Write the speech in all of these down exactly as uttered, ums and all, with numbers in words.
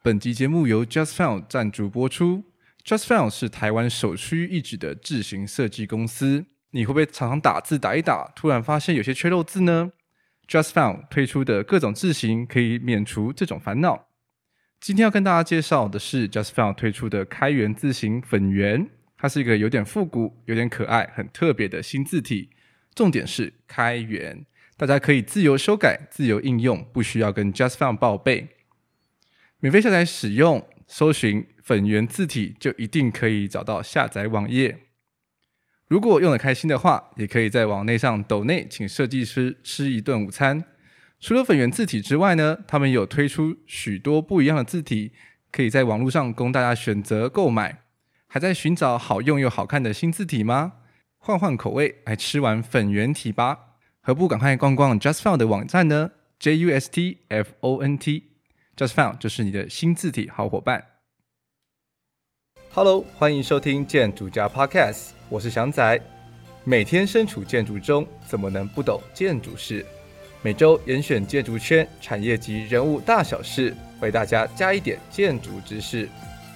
本集节目由 JustFound 赞助播出。JustFound 是台湾首屈一指的字型设计公司。你会不会常常打字打一打，突然发现有些缺漏字呢？ JustFound 推出的各种字型可以免除这种烦恼。今天要跟大家介绍的是 JustFound 推出的开源字型粉圆，它是一个有点复古、有点可爱、很特别的新字体。重点是开源，大家可以自由修改、自由应用，不需要跟 JustFound 报备。免费下载使用，搜寻粉圆字体就一定可以找到下载网页。如果用得开心的话，也可以在网内上抖内请设计师吃一顿午餐。除了粉圆字体之外呢，他们有推出许多不一样的字体，可以在网络上供大家选择购买。还在寻找好用又好看的新字体吗？换换口味，来吃完粉圆体吧！何不赶快逛逛 JustFound 的网站呢？ J U S T F O N T JustFound 就是你的新字体好伙伴。Hello， 欢迎收听建筑家 Podcast， 我是翔仔。每天身处建筑中，怎么能不懂建筑事？每周严选建筑圈产业及人物大小事，为大家加一点建筑知识。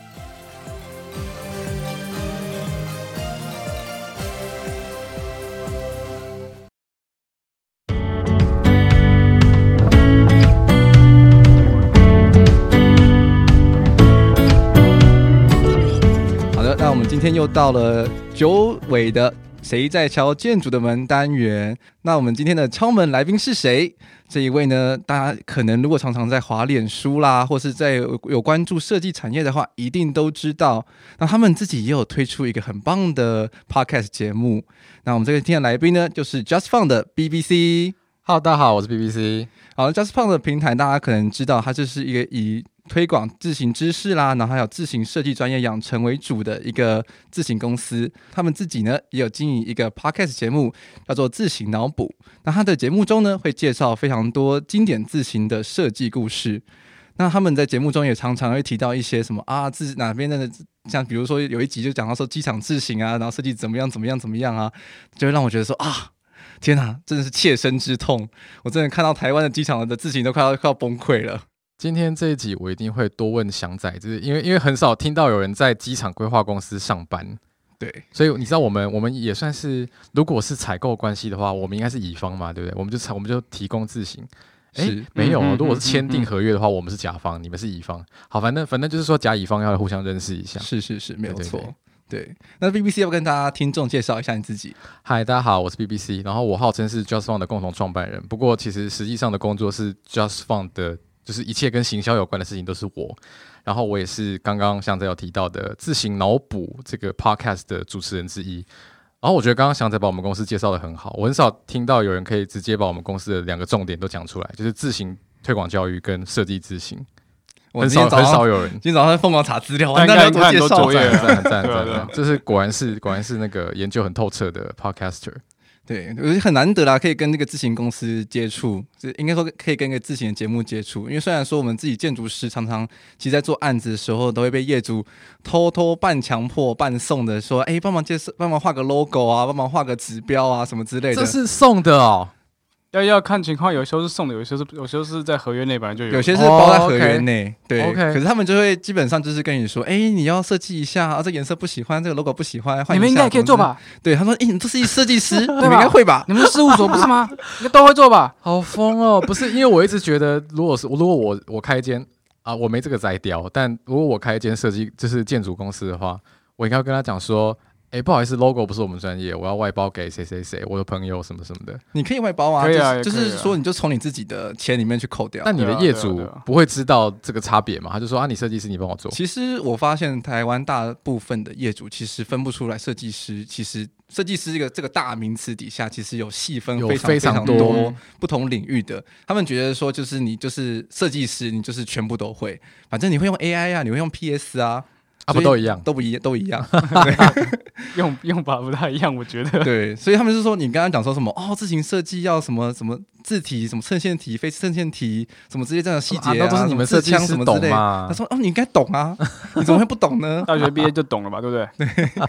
那我们今天又到了久违的谁在敲建筑的门单元。那我们今天的敲门来宾是谁？这一位呢，大家可能如果常常在滑脸书啦，或是在有关注设计产业的话，一定都知道。那他们自己也有推出一个很棒的 podcast 节目。那我们这个今天的来宾呢，就是 JustFound 的 B B C。Hello， 大家好，我是 B B C。 好 ，JustFound 的平台大家可能知道，它就是一个以推广字型知识啦，然后还有字型设计专业养成为主的一个字型公司。他们自己呢也有经营一个 podcast 节目，叫做字型脑补。那他的节目中呢会介绍非常多经典字型的设计故事。那他们在节目中也常常会提到一些什么啊字哪边的，像比如说有一集就讲到说机场字型啊，然后设计怎么样怎么样怎么样啊，就会让我觉得说啊。天哪，真的是切身之痛！我真的看到台湾的机场的字型都快要快要崩溃了。 今天这一集我一定会多问翔仔，就是因为因为很少听到有人在机场规划公司上班， 对， 所以你知道我们我们也算是，如果是采购关系的话，我们应该是乙方嘛，对不对？我们就我们就提供字型。哎，没有、哦，如果是签订合约的话，我们是甲方，你们是乙方。好，反正反正就是说甲乙方要互相认识一下。 是是是，没有错。对对对对，那 B B C 要不跟大家听众介绍一下你自己？ 嗨，大家好，我是 B B C， 然后我号称是 JustFound 的共同创办人，不过其实实际上的工作是 JustFound 的，就是一切跟行销有关的事情都是我。然后我也是刚刚翔仔有提到的字型脑补这个 podcast 的主持人之一。然后我觉得刚刚翔仔把我们公司介绍得很好，我很少听到有人可以直接把我们公司的两个重点都讲出来，就是字型推广教育跟设计字型。 我很少很少有人，今天早上在疯狂查资料，完蛋了，多介绍， 很赞很赞很赞，这是果然是果然是那个研究很透彻的 podcaster。 对，我觉得很难得啦，可以跟那个字型公司接触，应该说可以跟一个字型的节目接触。因为虽然说我们自己建筑师常常其实在做案子的时候，都会被业主偷偷半强迫半送的说，哎，帮忙介绍，帮忙画个 logo 啊，帮忙画个指标啊，什么之类的。 这是送的哦。 要要看情况，有时候是送的，有些是有些是在合约内本来就有， 有些是包在合约内， oh, okay. 对。 Okay. 可是他们就会基本上就是跟你说，哎、欸，你要设计一下啊，这颜色不喜欢，这个 logo 不喜欢，换一下。 你们应该也可以做吧？ 对，他说，哎、欸，你这是一设计师，你们应该会吧？ 你们是事务所不是吗？应该都会做吧？ 好疯哦！不是，因为我一直觉得，如果是如果我我开一间啊，我没这个摘雕，但如果我开一间设计就是建筑公司的话，我应该要跟他讲说。哎、欸，不好意思 ，logo 不是我们专业，我要外包给谁谁谁，我的朋友什么什么的。 你可以外包啊， 可以啊， 就是、就是说你就从你自己的钱里面去扣掉。 那你的业主不会知道这个差别吗？他就说啊，你设计师你帮我做。 其实我发现台湾大部分的业主其实分不出来，设计师其实设计师这个这个大名词底下，其实有细分非常非常多不同领域的。他们觉得说，就是你就是设计师，你就是全部都会，反正你会用 A I 啊，你会用 P S 啊。 啊，不都一样， 都不一样，都一样， 用用法不太一样，我觉得。 对，所以他们就说，你刚刚讲说什么哦，字型设计要什么什么字体，什么衬线体、非衬线体，什么这些这样的细节啊， 啊都是你们设计师懂嘛？ 他说哦，你应该懂啊，你怎么会不懂呢？ 大学毕业就懂了吧，对不对？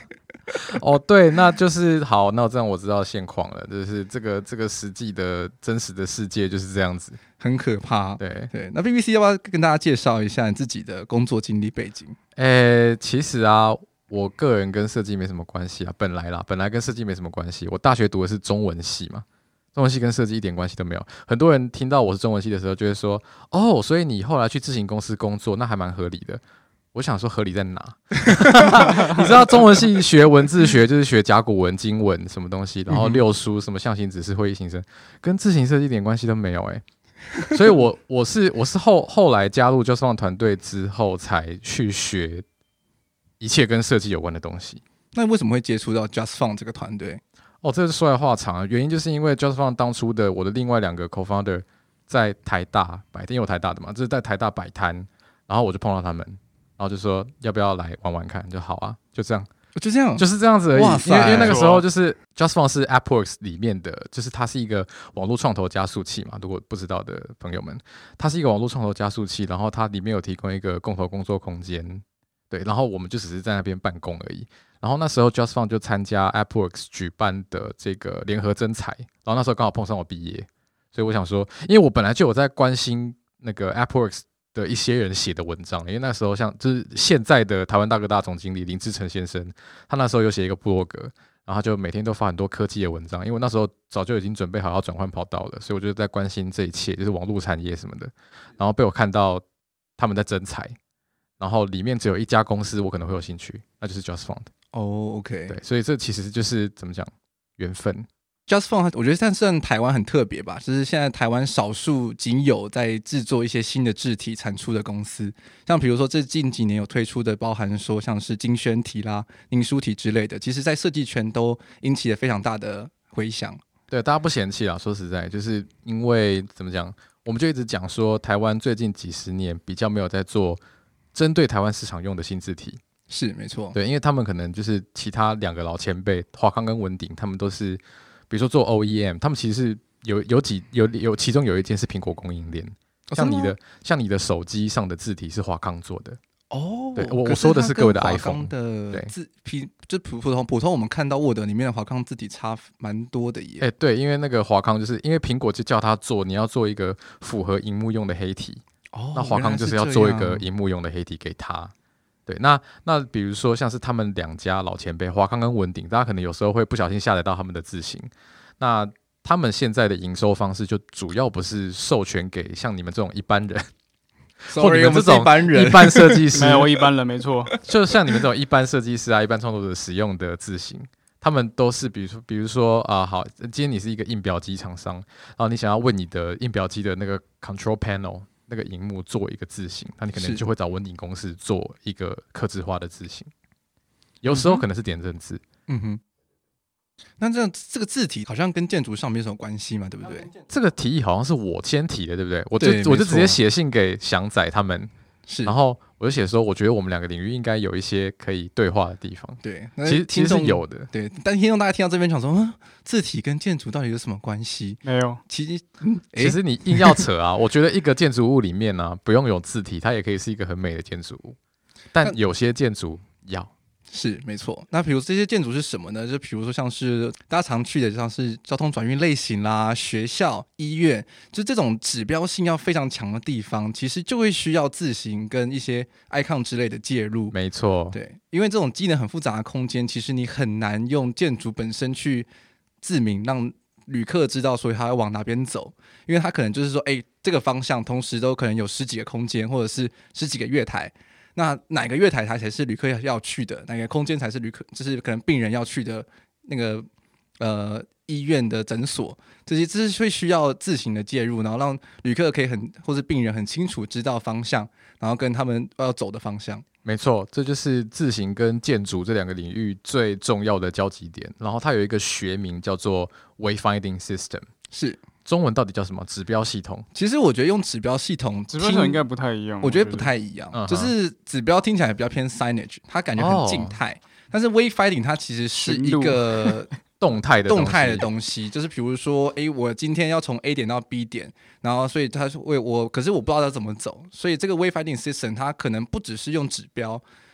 哦，对，那就是好，那这样我知道现况了，就是这个这个实际的真实的世界就是这样子， 很可怕。 对对，那 B B C 要不要跟大家介绍一下你自己的工作经历背景？ 诶，其实啊，我个人跟设计没什么关系啊，本来啦，本来跟设计没什么关系。我大学读的是中文系嘛，中文系跟设计一点关系都没有。很多人听到我是中文系的时候，就会说：“哦，所以你后来去自行公司工作，那还蛮合理的。”我想说合理在哪？你知道中文系学文字学就是学甲骨文、经文什么东西，然后六书什么象形、指示、会意、形声，跟自行设计一点关系都没有哎、欸。所以我我是我是后后来加入 JustFont 团队之后，才去学一切跟设计有关的东西。 那你为什么会接触到 JustFont 这个团队？ 哦，这是说来话长啊，原因就是因为 JustFont 当初的我的另外两个 co-founder 在台大摆摊，因为我台大的嘛，就是在台大摆摊，然后我就碰到他们。然后就说要不要来玩玩看，就好啊，就这样， 就这样， 就是这样子而已。 哇塞， 因为因为那个时候就是 JustFont 是 AppWorks 里面的，就是它是一个网络创投加速器嘛。如果不知道的朋友们，它是一个网络创投加速器，然后它里面有提供一个共同工作空间，对，然后我们就只是在那边办公而已。然后那时候 JustFont 就参加 AppWorks 举办的这个联合征才，然后那时候刚好碰上我毕业，所以我想说，因为我本来就有在关心那个 AppWorks的一些人写的文章，因为那时候像就是现在的台湾大哥大总经理林志成先生，他那时候有写一个部落格，然后他就每天都发很多科技的文章，因为我那时候早就已经准备好要转换跑道了，所以我就在关心这一切，就是网络产业什么的，然后被我看到他们在征才，然后里面只有一家公司我可能会有兴趣，那就是 JustFont。 哦 ，OK， 对，所以这其实就是怎么讲缘分。 JustFont 我觉得算算台湾很特别吧，就是现在台湾少数仅有在制作一些新的字体产出的公司，像比如说这近几年有推出的，包含说像是金萱体啦、凝书体之类的，其实在设计圈都引起了非常大的回响。 对，大家不嫌弃啊，说实在，就是因为怎么讲，我们就一直讲说台湾最近几十年比较没有在做针对台湾市场用的新字体。 是没错， 对，因为他们可能就是其他两个老前辈华康跟文鼎，他们都是比如说做 O E M， 他们其实是有有几有有其中有一件是苹果供应链， 哦、 像你的像你的手机上的字体是华康做的哦。 对，我我说的是各位的 iPhone 的字批，就普普通普通我们看到 Word 里面的华康字体差蛮多的耶。 哎、欸，对，因为那个华康就是因为苹果就叫他做，你要做一个符合萤幕用的黑体，哦，那华康就是要做一个萤幕用的黑体给他。对，那那比如说像是他们两家老前辈华康跟文鼎，大家可能有时候会不小心下载到他们的字型，那他们现在的营收方式就主要不是授权给像你们这种一般人，或你们这种一般人、 一般设计师， 没有我一般人没错， 就像你们这种一般设计师啊、一般创作者使用的字型，他们都是比如说，比如说啊、呃，好，今天你是一个印表机厂商，然后你想要为你的印表机的那个 control panel。那个荧幕做一个字型，那你可能就会找文鼎公司做一个客制化的字型，有时候可能是点阵字。 嗯哼，那这样这个字体好像跟建筑上没什么关系嘛，对不对？ 这个提议好像是我先提的，对不对？我就对我就直接写信给祥仔他们， 是， 然后我就写说，我觉得我们两个领域应该有一些可以对话的地方。 对， 其实其实是有的。 对，但听众大家听到这边想说，嗯，字体跟建筑到底有什么关系？ 没有， 其实、 嗯欸、其实你硬要扯啊，我觉得一个建筑物里面呢、啊，不用有字体，它也可以是一个很美的建筑物，但有些建筑要。 是没错，那比如这些建筑是什么呢？就比如说像是大家常去的，像是交通转运类型啦、学校、医院，就这种指标性要非常强的地方，其实就会需要字型跟一些 icon 之类的介入。 没错， 对，因为这种机能很复杂的空间，其实你很难用建筑本身去自明，让旅客知道说他要往哪边走，因为他可能就是说，哎、欸，这个方向同时都可能有十几个空间，或者是十几个月台。那哪个月台它才是旅客要去的？哪个空间才是旅客，就是可能病人要去的那个呃医院的诊所？这些这是会需要字型的介入，然后让旅客可以很或是病人很清楚知道方向，然后跟他们要走的方向。 没错，这就是字型跟建筑这两个领域最重要的交集点。然后它有一个学名叫做 Wayfinding System， 是。 中文到底叫什么？指标系统。 其实我觉得用指标系统， 指标系统应该不太一样。 我觉得不太一样， 嗯、 就是指标听起来比较偏 signage， 它感觉很静态。哦、但是 wayfinding 它其实是一个动态的动态的东西，就是比如说，哎，我今天要从 A 点到 B 点，然后所以它为我，可是我不知道要怎么走，所以这个 wayfinding system 它可能不只是用指标。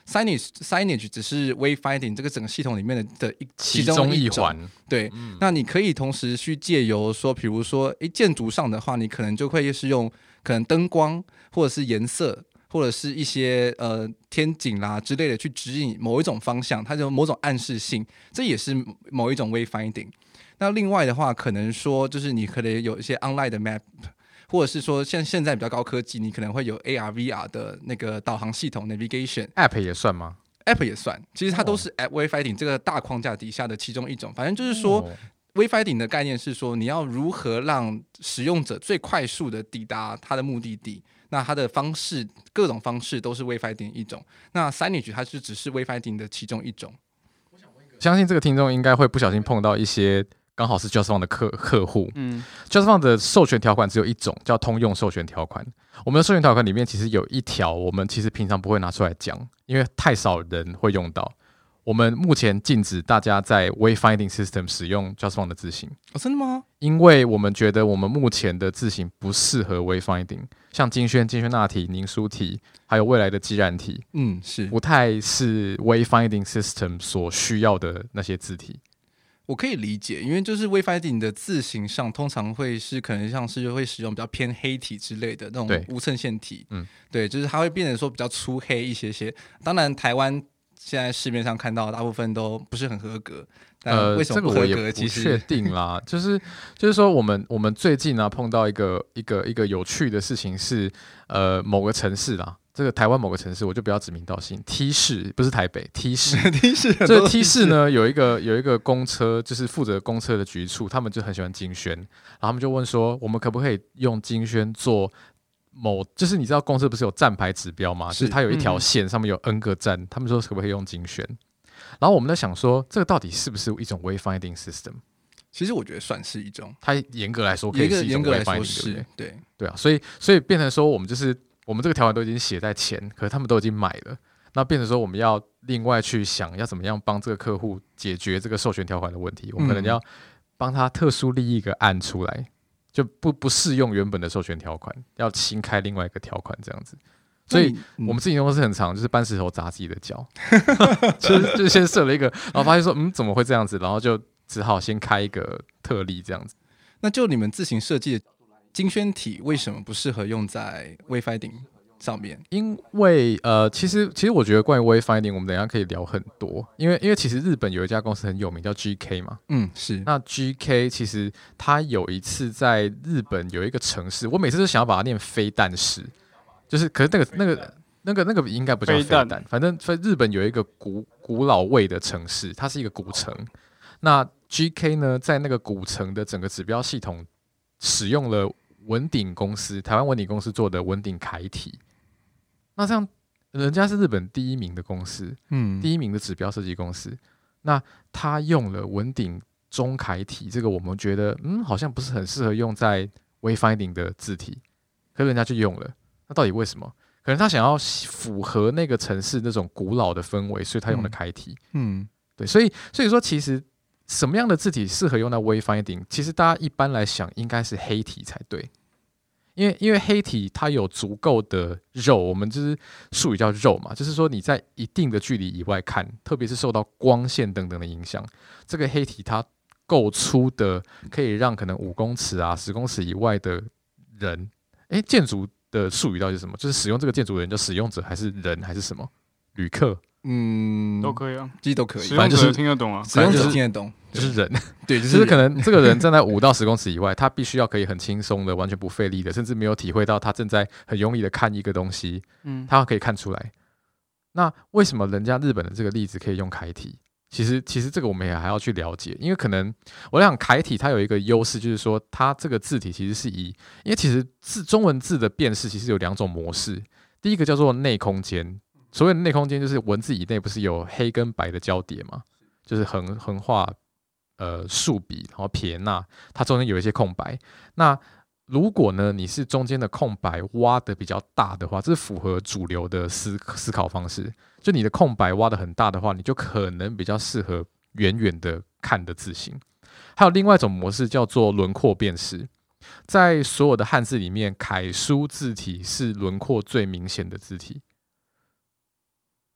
signage signage 只是 wayfinding 这个整个系统里面的的一其中中一环。 对、嗯，那你可以同时去借由说，比如说，诶，建筑上的话，你可能就会是用可能灯光或者是颜色。或者是一些呃天井啦之类的去指引某一种方向，它有某种暗示性，这也是某一种 wayfinding。那另外的话，可能说就是你可能有一些 online 的 map， 或者是说像现在比较高科技，你可能会有 A R V R 的那个导航系统 navigation。App 也算吗 ？App 也算，其实它都是 app wayfinding 这个大框架底下的其中一种。反正就是说。哦Wayfinding 的概念是说，你要如何让使用者最快速的抵达他的目的地。那它的方式，各种方式都是 Wayfinding 一种。那 signage 它是只是 Wayfinding 的其中一种。 相信这个听众应该会不小心碰到一些刚好是 JustFound 的客客户。嗯 ，JustFound 的授权条款只有一种，叫通用授权条款。我们的授权条款里面其实有一条，我们其实平常不会拿出来讲，因为太少人会用到。我们目前禁止大家在 Wayfinding System 使用 JustFound 的字型。 哦，真的吗？ 因为我们觉得我们目前的字型不适合 Wayfinding， 像金萱、金萱钠体、凝疏体，还有未来的基染体， 嗯，是不太是 Wayfinding System 所需要的那些字体。 我可以理解，因为就是 Wayfinding 的字型上，通常会是可能像是会使用比较偏黑体之类的那种无衬线体，嗯，对，就是它会变成说比较粗黑一些些。当然，台湾现在市面上看到的大部分都不是很合格，但为什么不合格？ 呃、这个我也不确定啦。就是就是说，我们我们最近呢、啊、碰到一个一个一个有趣的事情是，呃，某个城市啦，这个台湾某个城市，我就不要指名道姓。T 市不是台北 ，T 市 T 市， 这个 T 市呢有一个有一个公车，就是负责公车的局处，他们就很喜欢金萱，然后他们就问说，我们可不可以用金萱做？某就是你知道公司不是有站牌指标吗？是就是它有一条线，上面有 N 个站，嗯、他们说可不可以用金萱？然后我们在想说，这个到底是不是一种 wayfinding system？ 其实我觉得算是一种， 它严格来说可以是一种 wayfinding， 对不对？ 对对啊，所以所以变成说，我们就是我们这个条款都已经写在前，可是他们都已经买了，那变成说我们要另外去想要怎么样帮这个客户解决这个授权条款的问题，我们可能要帮他特殊利益一个案出来。就不不适用原本的授权条款，要新开另外一个条款这样子，所以我们自己公司很常就是搬石头砸自己的脚，就是就先设了一个，然后发现说嗯怎么会这样子，然后就只好先开一个特例这样子。 那就你们自行设计的金萱体为什么不适合用在 Wayfinding 上面？ 因为呃，其实其实我觉得关于 Wayfinding， 我们等一下可以聊很多。因为因为其实日本有一家公司很有名，叫 G K 嘛。 嗯，是。 那 G K 其实它有一次在日本有一个城市，我每次都想要把它念飞弹市，就是可是那个那个那个那个应该不叫飞弹，反正在日本有一个古古老味的城市，它是一个古城。那 G K 呢，在那个古城的整个指标系统使用了文鼎公司台湾文鼎公司做的文鼎楷体。那这样，人家是日本第一名的公司，嗯，第一名的指标设计公司，那他用了文鼎中楷体，这个我们觉得，嗯，好像不是很适合用在 Wayfinding 的字体，可是人家就用了，那到底为什么？可能他想要符合那个城市那种古老的氛围，所以他用了楷体，嗯，嗯对，所以所以说，其实什么样的字体适合用在 Wayfinding？ 其实大家一般来想，应该是黑体才对。因为因为黑体它有足够的肉，我们就是术语叫肉嘛，就是说你在一定的距离以外看，特别是受到光线等等的影响，这个黑体它够粗的，可以让可能五公尺啊、十公尺以外的人，哎，建筑的术语到底是什么？就是使用这个建筑的人叫使用者还是人还是什么？旅客？ 嗯，都可以啊， 其实都可以， 使用者听得懂啊， 使用者听得懂， 就是人， 对，就是, 就是可能这个人站在五到十公尺以外，他必须要可以很轻松的、完全不费力的，甚至没有体会到他正在很用力的看一个东西，嗯，他可以看出来。那为什么人家日本的这个例子可以用楷体？其实，其实这个我们也还要去了解，因为可能我想楷体它有一个优势，就是说它这个字体其实是以，因为其实字中文字的辨识其实有两种模式，第一个叫做内空间。所谓的内空间就是文字以内不是有黑跟白的交叠嘛，就是横横画呃竖笔，然后撇捺，它中间有一些空白。那如果呢你是中间的空白挖的比较大的话，这是符合主流的思思考方式。就你的空白挖的很大的话，你就可能比较适合远远的看的字形。还有另外一种模式叫做轮廓辨识，在所有的汉字里面，楷书字体是轮廓最明显的字体。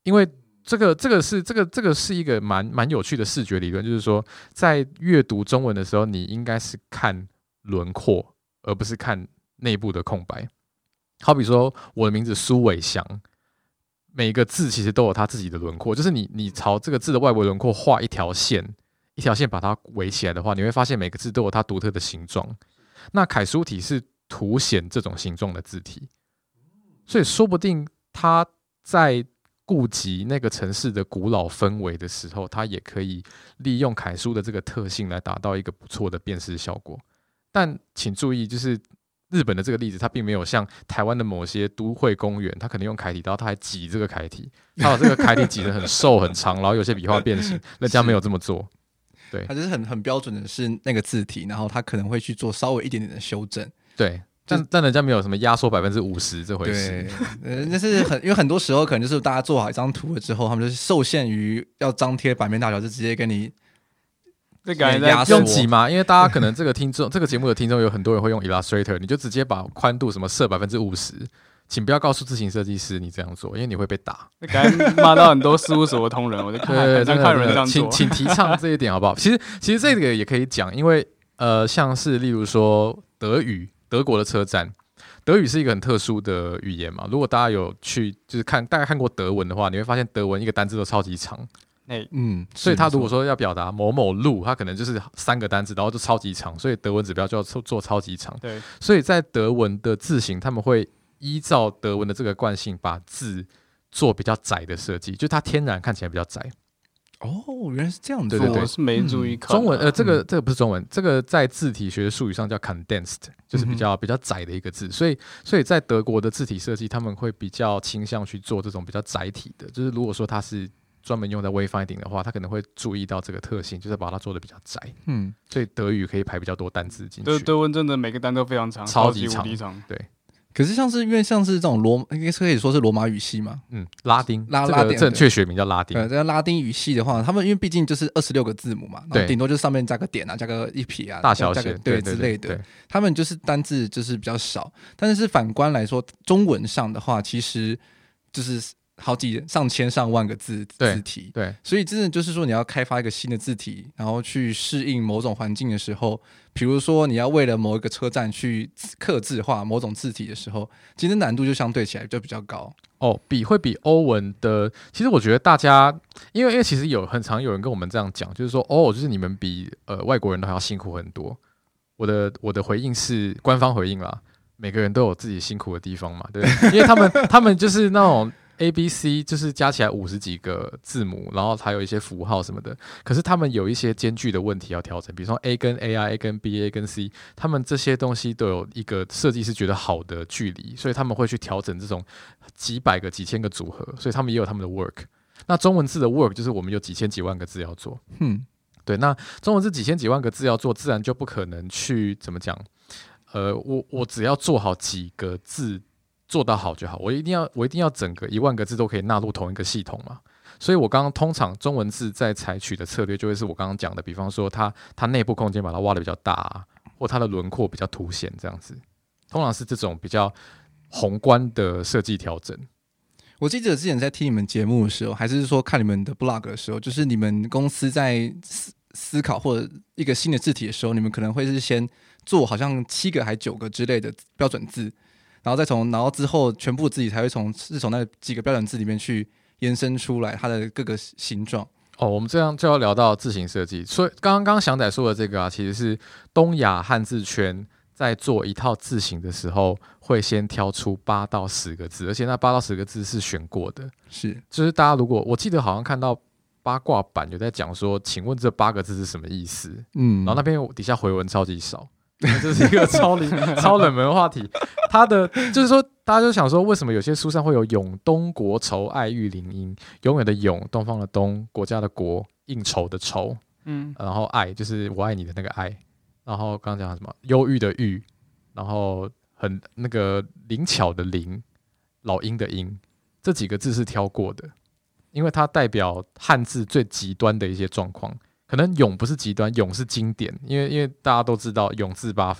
因为这个这个是这个这个是一个蛮蛮有趣的视觉理论，就是说在阅读中文的时候，你应该是看轮廓，而不是看内部的空白。好比说我的名字苏伟翔，每个字其实都有它自己的轮廓，就是你你朝这个字的外围轮廓画一条线，一条线把它围起来的话，你会发现每个字都有它独特的形状。那楷书体是凸显这种形状的字体，所以说不定它在顾及那个城市的古老氛围的时候，它也可以利用楷书的这个特性来达到一个不错的辨识效果。但请注意，就是日本的这个例子，它并没有像台湾的某些都会公园，它可能用楷体，然后它还挤这个楷体，它把这个楷体挤得很瘦很长，然后有些笔画变形，人家没有这么做。对， 它就是很很标准的是那个字体，然后它可能会去做稍微一点点的修正。 对，但但人家没有什么压缩百分之五十这回事。 对，呃，那是很因为很多时候可能就是大家做好一张图了之后，他们就是受限于要张贴版面大小，就直接跟你。 这感觉压缩用挤嘛，因为大家可能这个听众这个节目的听众有很多人会用 Illustrator， 你就直接把宽度什么设百分之五十，请不要告诉字型设计师你这样做，因为你会被打。 感觉骂到很多事务所的同仁，我就看对， 看看有人这样做。 请请提倡这一点好不好？其实其实这个也可以讲，因为呃，像是例如说德语，德国的车站。德语是一个很特殊的语言嘛，如果大家有去就是看大概看过德文的话，你会发现德文一个单字都超级长。 欸、 嗯， 所以他如果说要表达某某路，他可能就是三个单字，然后就超级长，所以德文指标就要做超级长。 对， 所以在德文的字形，他们会依照德文的这个惯性，把字做比较窄的设计，就它天然看起来比较窄。 哦，原来是这样子。 对对对， 我是没注意看、啊中文呃，这个这个不是中文，这个在字体学的术语上叫 condensed， 就是比较比较窄的一个字。所以所以在德国的字体设计，他们会比较倾向去做这种比较窄体的，就是如果说它是专门用在 wayfinding 的话，他可能会注意到这个特性，就是把它做的比较窄。嗯，所以德语可以排比较多单字进去。 德德文真的每个单都非常长， 超级长。 长对。 可是像是因为像是这种罗，应该是可以说是罗马语系嘛， 嗯，拉丁， 拉拉丁正确学名叫拉丁。 对，这个拉丁语系的话，他们因为毕竟就是二十六个字母嘛，然后顶多就是上面加个点啊，加个一撇啊， 大小写对之类的。他们就是单字就是比较少，但是反观来说，中文上的话，其实就是好几上千上万个字字体， 对， 所以真的就是说，你要开发一个新的字体，然后去适应某种环境的时候，比如说你要为了某一个车站去客制化某种字体的时候，其实难度就相对起来就比较高。 哦，比会比欧文的，其实我觉得大家，因为因为其实有很常有人跟我们这样讲，就是说，哦，就是你们比呃外国人都还要辛苦很多。我的我的回应是官方回应啦，每个人都有自己辛苦的地方嘛，对，因为他们他们就是那种。A B C 就是加起来五十几个字母，然后还有一些符号什么的。可是他们有一些间距的问题要调整，比如说 A 跟 A 啊 ，A 跟 B，A 跟 C， 他们这些东西都有一个设计师觉得好的距离，所以他们会去调整这种几百个、几千个组合，所以他们也有他们的 work。那中文字的 work 就是我们有几千几万个字要做，嗯，对。那中文字几千几万个字要做，自然就不可能去怎么讲？呃，我我只要做好几个字。做到好就好，我一定要我一定要整个一万个字都可以纳入同一个系统嘛，所以我刚刚通常中文字在采取的策略就会是我刚刚讲的，比方说它它内部空间把它挖的比较大、啊，或它的轮廓比较凸显这样子，通常是这种比较宏观的设计调整。 我记得之前在听你们节目的时候，还是说看你们的 blog 的时候，就是你们公司在思思考或者一个新的字体的时候，你们可能会是先做好像七个还九个之类的标准字。然后再从，然后之后全部字体才会从是从那几个标准字里面去延伸出来它的各个形状。 哦，我们这样就要聊到字形设计。所以刚刚翔仔说的这个啊，其实是东亚汉字圈在做一套字形的时候，会先挑出八到十个字，而且那八到十个字是选过的。 是， 就是大家如果我记得好像看到八卦版有在讲说，请问这八个字是什么意思？嗯，然后那边底下回文超级少。这是一个超超冷门的话题，他的就是说，大家就想说，为什么有些书上会有永东国仇爱玉林荫，永远的永，东方的东，国家的国，应酬的酬，嗯，然后爱就是我爱你的那个爱，然后刚刚讲什么忧郁的郁，然后很那个灵巧的灵，老鹰的鹰，这几个字是挑过的，因为它代表汉字最极端的一些状况。可能永不是极端，永是经典，因为因为大家都知道永字八法，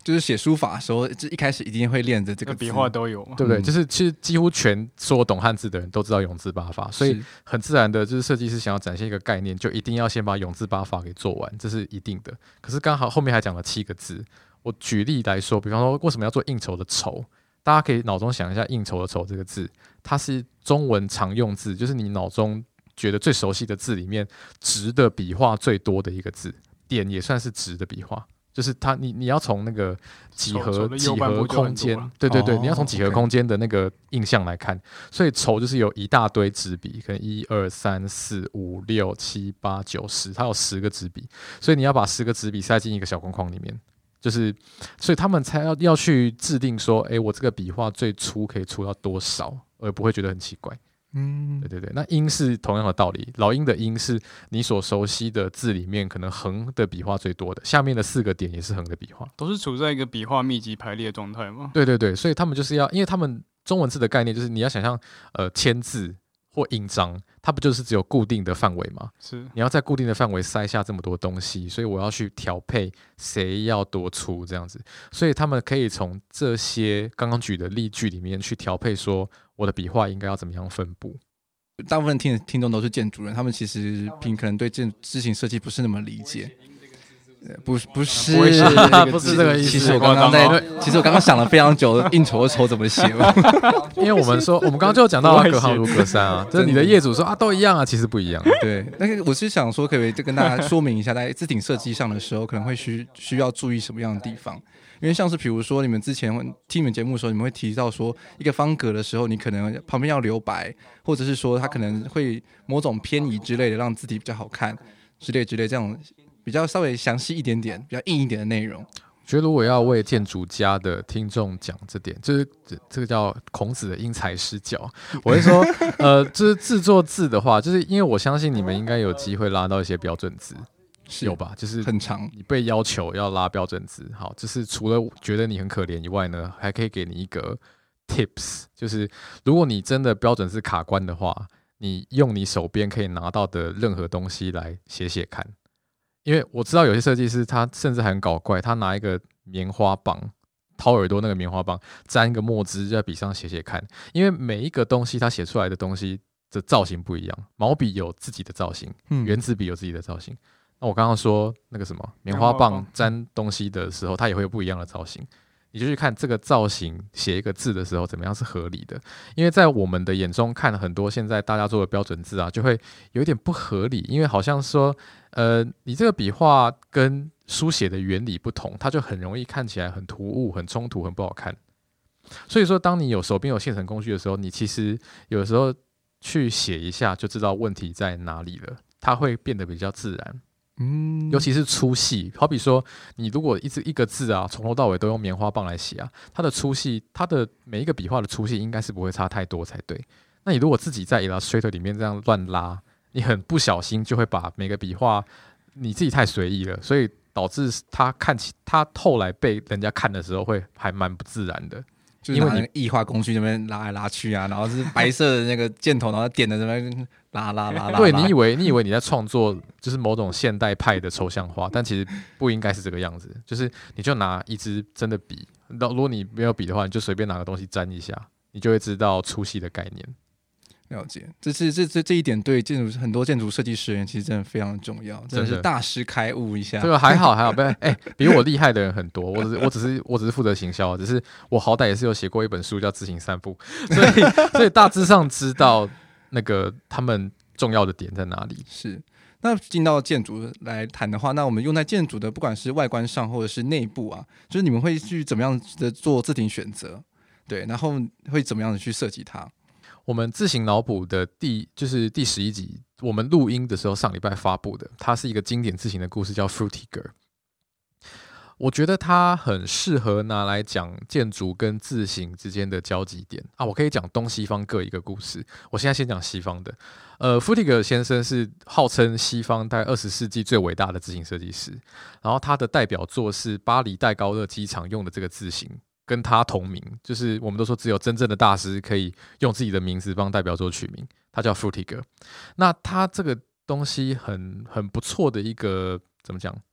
就是写书法的时候，就一开始一定会练着这个字笔画都有嘛， 对不对？ 嗯就是其实几乎全所有懂汉字的人都知道永字八法，所以很自然的就是设计师想要展现一个概念，就一定要先把永字八法给做完，这是一定的。可是刚好后面还讲了七个字，我举例来说，比方说为什么要做应酬的酬，大家可以脑中想一下应酬的酬这个字，它是中文常用字，就是你脑中觉得最熟悉的字里面直的笔画最多的一个字，点也算是直的笔画。就是它，你你要从那个几何几何空间，对对对， 哦、 你要从几何空间的那个印象来看，所以筹就是有一大堆纸笔，可能一二三四五六七八九十，它有十个纸笔，所以你要把十个纸笔塞进一个小框框里面，就是所以他们才要要去制定说，哎，我这个笔画最粗可以粗到多少，而不会觉得很奇怪。嗯，对对对，那音是同样的道理，老鹰的鹰是你所熟悉的字里面可能横的笔画最多的，下面的四个点也是横的笔画， 都是处在一个笔画密集排列状态吗？ 对对对，所以他们就是要，因为他们中文字的概念就是你要想象，呃，签字或印章，它不就是只有固定的范围吗？ 是， 你要在固定的范围塞下这么多东西，所以我要去调配谁要多粗这样子，所以他们可以从这些刚刚举的例句里面去调配说。我的笔画应该要怎么样分布？ 大部分听听众都是建筑人，他们其实平可能对建字形设计不是那么理解。不不是不是不是这个意思。 其实我刚刚在，其实我刚刚想了非常久，应酬的酬怎么写嘛？ 因为我们说，我们刚刚就有讲到隔行如隔山啊，就是你的业主说啊都一样啊，其实不一样。 对，但是我是想说，可不可以就跟大家说明一下，在字体设计上的时候，可能会需需要注意什么样的地方？因为像是比如说，你们之前听你们节目的时候，你们会提到说，一个方格的时候，你可能旁边要留白，或者是说它可能会某种偏移之类的，让字体比较好看之类之类，这样比较稍微详细一点点、比较硬一点的内容。 觉得如果要为建筑家的听众讲这点，就是这这个叫孔子的因材施教。我会说，呃，就是制作字的话，就是因为我相信你们应该有机会拉到一些标准字。有吧，就是很长， 你被要求要拉标准字，好，就是除了觉得你很可怜以外呢，还可以给你一个 tips， 就是如果你真的标准字卡关的话，你用你手边可以拿到的任何东西来写写看，因为我知道有些设计师他甚至还很搞怪，他拿一个棉花棒，掏耳朵那个棉花棒，沾一个墨汁在笔上写写看，因为每一个东西他写出来的东西的造型不一样，毛笔有自己的造型，原子笔有自己的造型。那我刚刚说那个什么棉花棒沾东西的时候，它也会有不一样的造型。你就去看这个造型写一个字的时候怎么样是合理的，因为在我们的眼中看很多现在大家做的标准字啊，就会有一点不合理，因为好像说，呃，你这个笔画跟书写的原理不同，它就很容易看起来很突兀、很冲突、很不好看。所以说，当你有手边有现成工具的时候，你其实有的时候去写一下就知道问题在哪里了，它会变得比较自然。嗯，尤其是粗细，好比说，你如果一直一个字啊，从头到尾都用棉花棒来写啊，它的粗细，它的每一个笔画的粗细应该是不会差太多才对。那你如果自己在 Illustrator 里面这样乱拉，你很不小心就会把每个笔画你自己太随意了，所以导致它看起，它后来被人家看的时候会还蛮不自然的。 就是拿那个异化工具那边拉来拉去啊，然后是白色的那个箭头，然后点的那边拉拉拉拉。 对，你以为你以为你在创作就是某种现代派的抽象画，但其实不应该是这个样子。就是你就拿一支真的笔，如果你没有笔的话，你就随便拿个东西沾一下，你就会知道粗细的概念。 了解，这是这这这一点对建筑很多建筑设计师人其实真的非常重要，真的是大师开悟一下。 这个还好还好，不是哎，比我厉害的人很多，我只是我只是我只是负责行销，只是我好歹也是有写过一本书叫《自行散步》，所以所以大致上知道那个他们重要的点在哪里。 是。那进到建筑来谈的话，那我们用在建筑的不管是外观上或者是内部啊，就是你们会去怎么样的做字体选择？对，然后会怎么样的去设计它？ 我们自行脑补的第就是第十一集，我们录音的时候上礼拜发布的，它是一个经典字形的故事，叫 Frutiger。我觉得它很适合拿来讲建筑跟字形之间的交集点啊。我可以讲东西方各一个故事。我现在先讲西方的。呃 ，Frutiger 先生是号称西方大概二十世纪最伟大的字形设计师，然后他的代表作是巴黎戴高乐机场用的这个字形。跟他同名，就是我们都说只有真正的大师可以用自己的名字帮代表作取名，他叫 Frutiger。那他这个东西很很不错的一个怎么讲？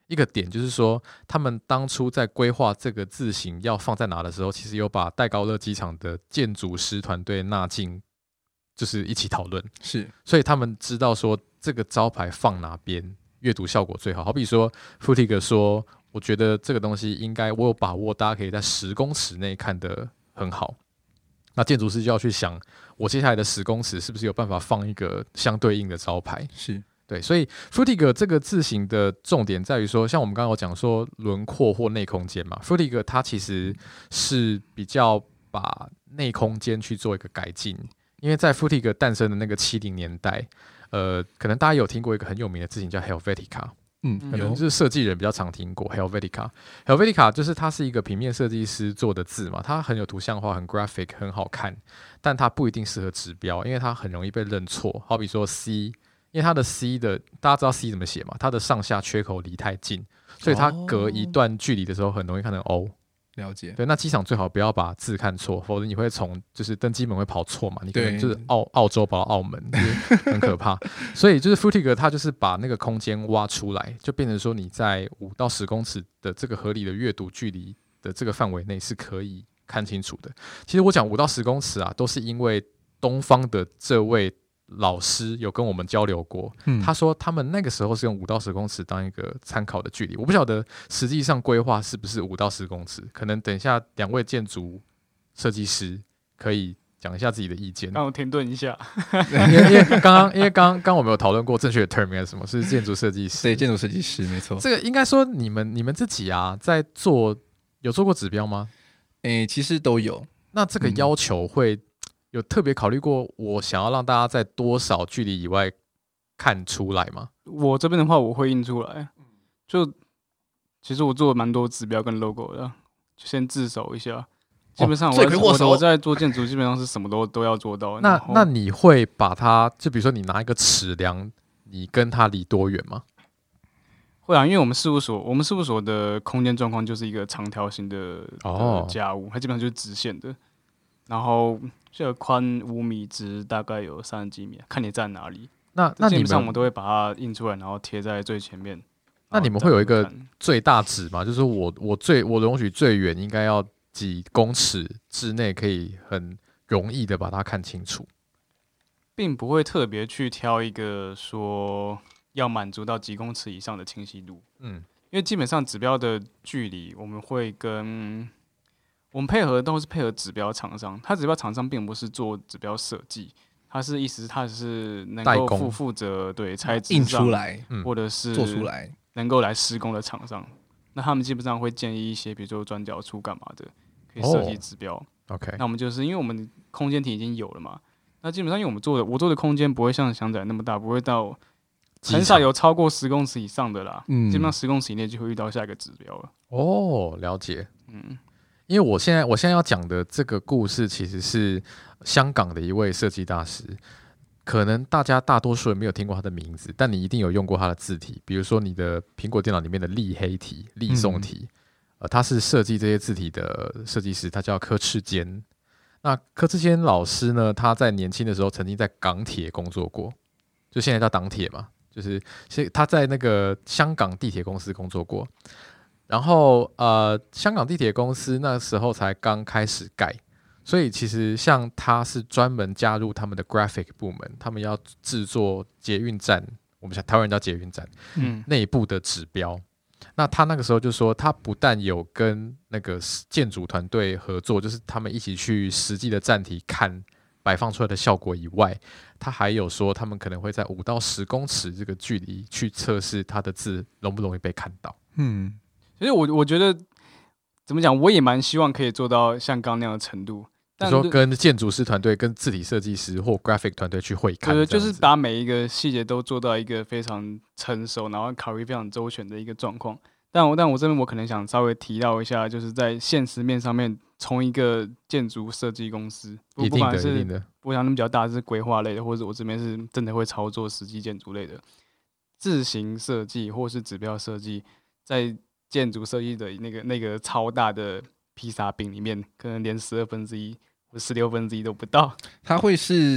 一个点就是说，他们当初在规划这个字型要放在哪的时候，其实有把戴高乐机场的建筑师团队纳进，就是一起讨论。 是， 所以他们知道说这个招牌放哪边阅读效果最好。好比说 Frutiger 说，我觉得这个东西应该我有把握，大家可以在十公尺内看得很好。那建筑师就要去想，我接下来的十公尺是不是有办法放一个相对应的招牌？ 是。 对，所以 Frutiger 这个字型的重点在于说，像我们刚刚有讲说轮廓或内空间嘛 ，Frutiger 它其实是比较把内空间去做一个改进，因为在 Frutiger 诞生的那个七零年代，呃，可能大家有听过一个很有名的字型叫 Helvetica， 嗯， 可能就是设计人比较常听过 Helvetica。Helvetica 就是它是一个平面设计师做的字嘛，它很有图像化，很 graphic， 很好看，但它不一定适合指标，因为它很容易被认错。好比说 C。因为它的 C 的，大家知道 C 怎么写嘛？它的上下缺口离太近，所以它隔一段距离的时候很容易看成 O。 了解。 对，那机场最好不要把字看错，否则你会从就是登机门会跑错嘛，你可能就是澳澳洲跑到澳门，就是很可怕。所以就是 Frutiger 它就是把那个空间挖出来，就变成说你在五到十公尺的这个合理的阅读距离的这个范围内是可以看清楚的。其实我讲五到十公尺啊，都是因为东方的这位老师有跟我们交流过，嗯、他说他们那个时候是用五到十公尺当一个参考的距离，我不晓得实际上规划是不是五到十公尺，可能等一下两位建筑设计师可以讲一下自己的意见。 让我停顿一下， 因为因为刚刚因为刚刚刚我们有讨论过正确的 term 应该是什么，是建筑设计师， 对，建筑设计师没错。 这个应该说你们你们自己啊，在做有做过指标吗？ 诶，其实都有。 那这个要求会、嗯。有特别考虑过我想要让大家在多少距离以外看出来吗？ 我这边的话我会印出来，就其实我做了蛮多指标跟 logo 的，就先自首一下。基本上我、哦、我, 我在做建筑基本上是什么都都要做到。 那那你会把它，就比如说你拿一个尺量，你跟它离多远吗？ 会啊，因为我们事务所我们事务所的空间状况就是一个长条形的家务，它基本上就是直线的，然后这个宽五米，直大概有三十几米，看你站哪里。 那那基本上我们都会把它印出来，然后贴在最前面。 那你们会有一个最大值吗？就是我我最我容许最远应该要几公尺之内，可以很容易的把它看清楚， 并不会特别去挑一个说要满足到几公尺以上的清晰度。嗯，因为基本上指标的距离，我们会跟我们配合都是配合指标厂商，他指标厂商并不是做指标设计，他是意思是他是能够负负责对材质印出来， 或者是做出来， 能够来施工的厂商。那他们基本上会建议一些，比如说转角处干嘛的，可以设计指标。 Oh, OK， 那我们就是因为我们空间体已经有了嘛，那基本上因为我们做的我做的空间不会像翔仔那么大，不会到很少有超过十公尺以上的啦，嗯、基本上十公尺以内就会遇到下一个指标了。 哦，了解，嗯。因为我现在我现在要讲的这个故事，其实是香港的一位设计大师，可能大家大多数人没有听过他的名字，但你一定有用过他的字体，比如说你的苹果电脑里面的立黑体、立宋体，嗯、呃，他是设计这些字体的设计师，他叫柯赤坚。那柯赤坚老师呢，他在年轻的时候曾经在港铁工作过，就现在叫港铁嘛，就是他在那个香港地铁公司工作过。然后呃，香港地铁公司那时候才刚开始盖，所以其实像他是专门加入他们的 graphic 部门，他们要制作捷运站，我们台湾人叫捷运站，嗯，内部的指标。那他那个时候就说，他不但有跟那个建筑团队合作，就是他们一起去实际的站体看摆放出来的效果以外，他还有说他们可能会在五到十公尺这个距离去测试他的字容不容易被看到，嗯。 其实我我觉得怎么讲，我也蛮希望可以做到像刚那样的程度。 但说跟建筑师团队、跟字体设计师或 graphic 团队去会看， 对，就是把每一个细节都做到一个非常成熟，然后考虑非常周全的一个状况。但我但我这边我可能想稍微提到一下，就是在现实面上面，从一个建筑设计公司， 不管是我想那么比较大是规划类的，或者我这边是真的会操作实际建筑类的字型设计或是指标设计，在建筑设计的那个那个超大的披萨饼里面，可能连十二分之一或十六分之一都不到。 它会是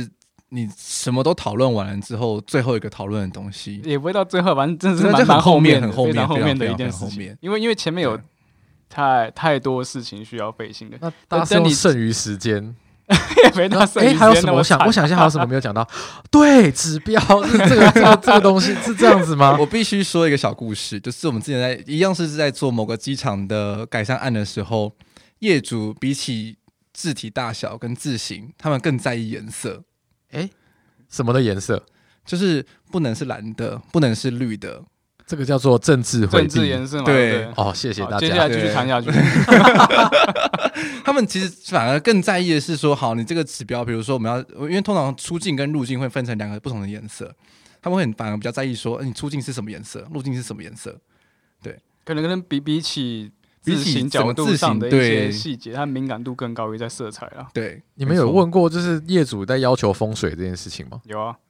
你什么都讨论完了之后，最后一个讨论的东西， 也不会到最后，反正真的是蛮蛮后面、 很后面、 非常后面的一非件事情。 常后面， 因为因为前面有太太多事情需要费心的。 那大家是用剩余时间。 也没到剩余时间那么惨。 哎，还有什么？我想我想一下，还有什么没有讲到？对，指标是这个这个这个东西是这样子吗？ 我必须说一个小故事，就是我们之前在一样是在做某个机场的改善案的时候，业主比起字体大小跟字型，他们更在意颜色。 哎，什么的颜色？ 就是不能是蓝的，不能是绿的。 这个叫做政治回避， 政治颜色嘛。 对， 对哦，谢谢大家。 接下来继续谈下去。 他们其实反而更在意的是说，好，你这个指标，比如说我们要，因为通常出境跟入境会分成两个不同的颜色，他们会很反而比较在意说，你出境是什么颜色，入境是什么颜色。对， 可能可能比比起比字形角度上的一些细节，它敏感度更高于在色彩啊。 对， 你们有问过就是业主在要求风水这件事情吗？ 有啊。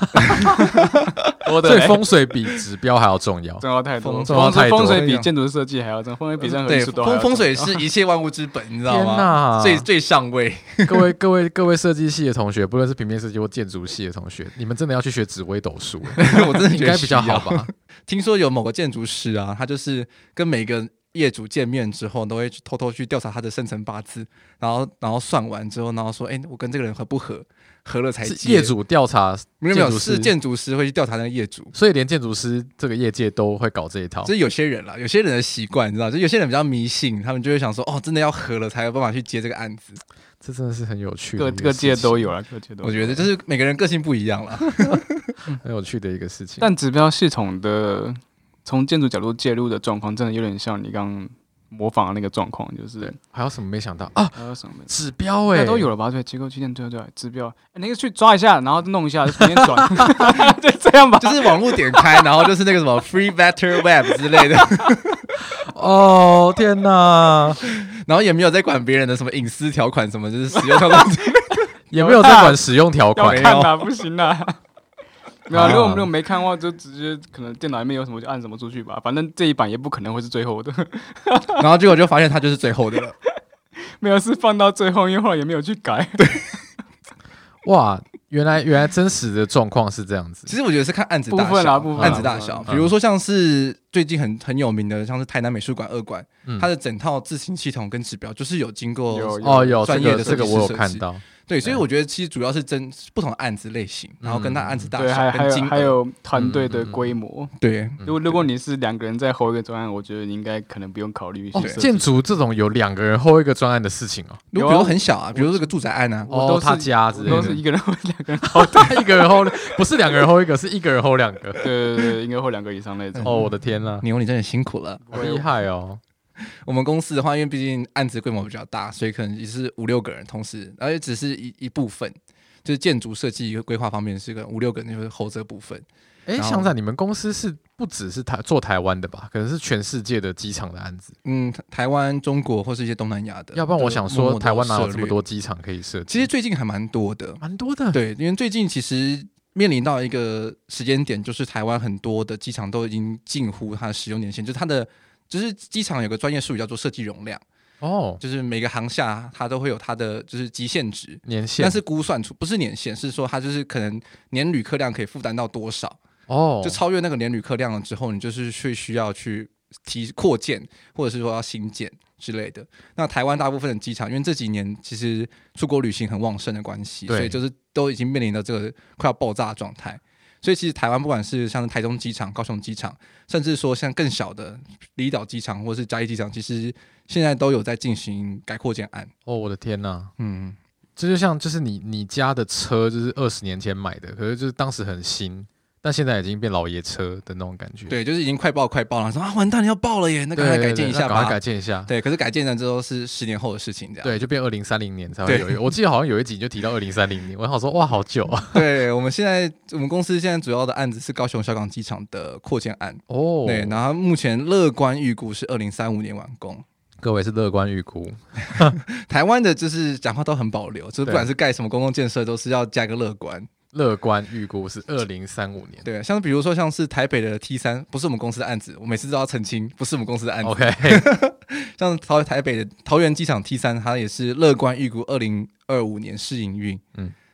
所以风水比指标还要重要， 重要太多。 重要太多， 风水比建筑设计还要重要，风水比任何艺术都还要重要。 风水是一切万物之本，你知道吗？ 天哪， 最最上位。 各位各位各位设计系的同学，不论是平面设计或建筑系的同学，你们真的要去学紫微斗数， 我真的应该比较好吧？ 听说有某个建筑师啊，他就是跟每个业主见面之后，都会偷偷去调查他的生辰八字，然后然后算完之后，然后说，哎、欸，我跟这个人合不合？合了才接。 业主调查， 没有没有，是建筑师会去调查那个业主， 所以连建筑师这个业界都会搞这一套。 就是有些人啦，有些人的习惯，你知道，就有些人比较迷信，他们就会想说，哦，真的要合了才有办法去接这个案子。 这真的是很有趣的， 各各界都有啦，各界都有。 我觉得就是每个人个性不一样啦， 很有趣的一个事情。 但指标系统的从建筑角度介入的状况，真的有点像你刚刚模仿的那个状况，就是还有什么没想到啊？ 还有什么指标哎、欸， 都有了吧？对，结构器件对对指标，哎、欸，那个去抓一下，然后弄一下，随便转，就这样吧。 就是网络点开，然后就是那个什么 Free Vector Web 之类的。 哦天哪！ 然后也没有在管别人的什么隐私条款，什么就是使用条款， 也没有在管使用条款。 要看啊，不行啊。没有、啊，如果我们如果没看的话，就直接可能电脑里面有什么就按什么出去吧。反正这一版也不可能会是最后的。 然后结果就发现它就是最后的了。 没有，是放到最后，因为后来也没有去改。 对。 哇，原来原来真实的状况是这样子。 其实我觉得是看案子大小， 部分啊，部分啊案子大小。比如说像是最近很很有名的，像是台南美术馆二馆，嗯、它的整套字形系统跟指标就是有经过哦有专业的这个我有看到。 对，所以我觉得其实主要是真不同的案子类型，然后跟它案子大小、 嗯、 跟金额， 还有团队的规模。 嗯、对， 如果如果你是两个人在hold一个专案，我觉得你应该可能不用考虑一些、哦。 建筑这种有两个人hold一个专案的事情哦， 如果比如很小啊，比如这个住宅案啊， 哦，他家之类的， 都是一个人 hold 两个人 hold， 他一个人 hold， 不是两个人 hold 一个，是一个人 hold 两个。 对对对，应该 hold 两个以上那种。 哦，我的天哪， 牛，你真的辛苦了， 好厉害哦。 我们公司的话，因为毕竟案子规模比较大，所以可能也是五六个人同时，而且只是一一部分，就是建筑设计规划方面是个五六个人就是 hold 这部分。 哎，想想你们公司是不只是台做台湾的吧？可能是全世界的机场的案子。 嗯，台湾、中国或是一些东南亚的。 要不然我想说，台湾哪有这么多机场可以设计？ 其实最近还蛮多的， 蛮多的。 对，因为最近其实面临到一个时间点，就是台湾很多的机场都已经近乎它的使用年限，就是它的。就是机场有个专业术语叫做设计容量哦，就是每个航厦它都会有它的就是极限值年限， 但是估算出不是年限，是说它就是可能年旅客量可以负担到多少哦， 就超越那个年旅客量了之后，你就是会需要去提扩建或者是说要新建之类的。那台湾大部分的机场，因为这几年其实出国旅行很旺盛的关系，所以就是都已经面临了这个快要爆炸的状态。所以其实台湾不管是像台中机场、高雄机场，甚至说像更小的离岛机场或是嘉义机场，其实现在都有在进行改扩建案。 哦，我的天哪！ 嗯， 这就像就是你你家的车就是二十年前买的，可是就是当时很新，但现在已经变老爷车的那种感觉。 对，就是已经快爆快爆了，说啊完蛋要爆了耶，那赶快改建一下吧， 赶快改建一下。 对，可是改建了之后是十年后的事情，这样。 对，就变二零三零年才会有一个。我记得好像有一集就提到二零三零年，我想说哇好久啊。 对，我们现在我们公司现在主要的案子是高雄小港机场的扩建案哦，对，然后目前乐观预估是二零三五年完工。 各位是乐观预估， 台湾的就是讲话都很保留，就是不管是盖什么公共建设，都是要加个乐观。 乐观预估是二零三五年， 对，像比如说像是台北的 T 三，不是我们公司的案子，我每次都要澄清，不是我们公司的案子。 OK， 像桃台北的桃园机场 T 三，它也是乐观预估二零二五年试营运。嗯，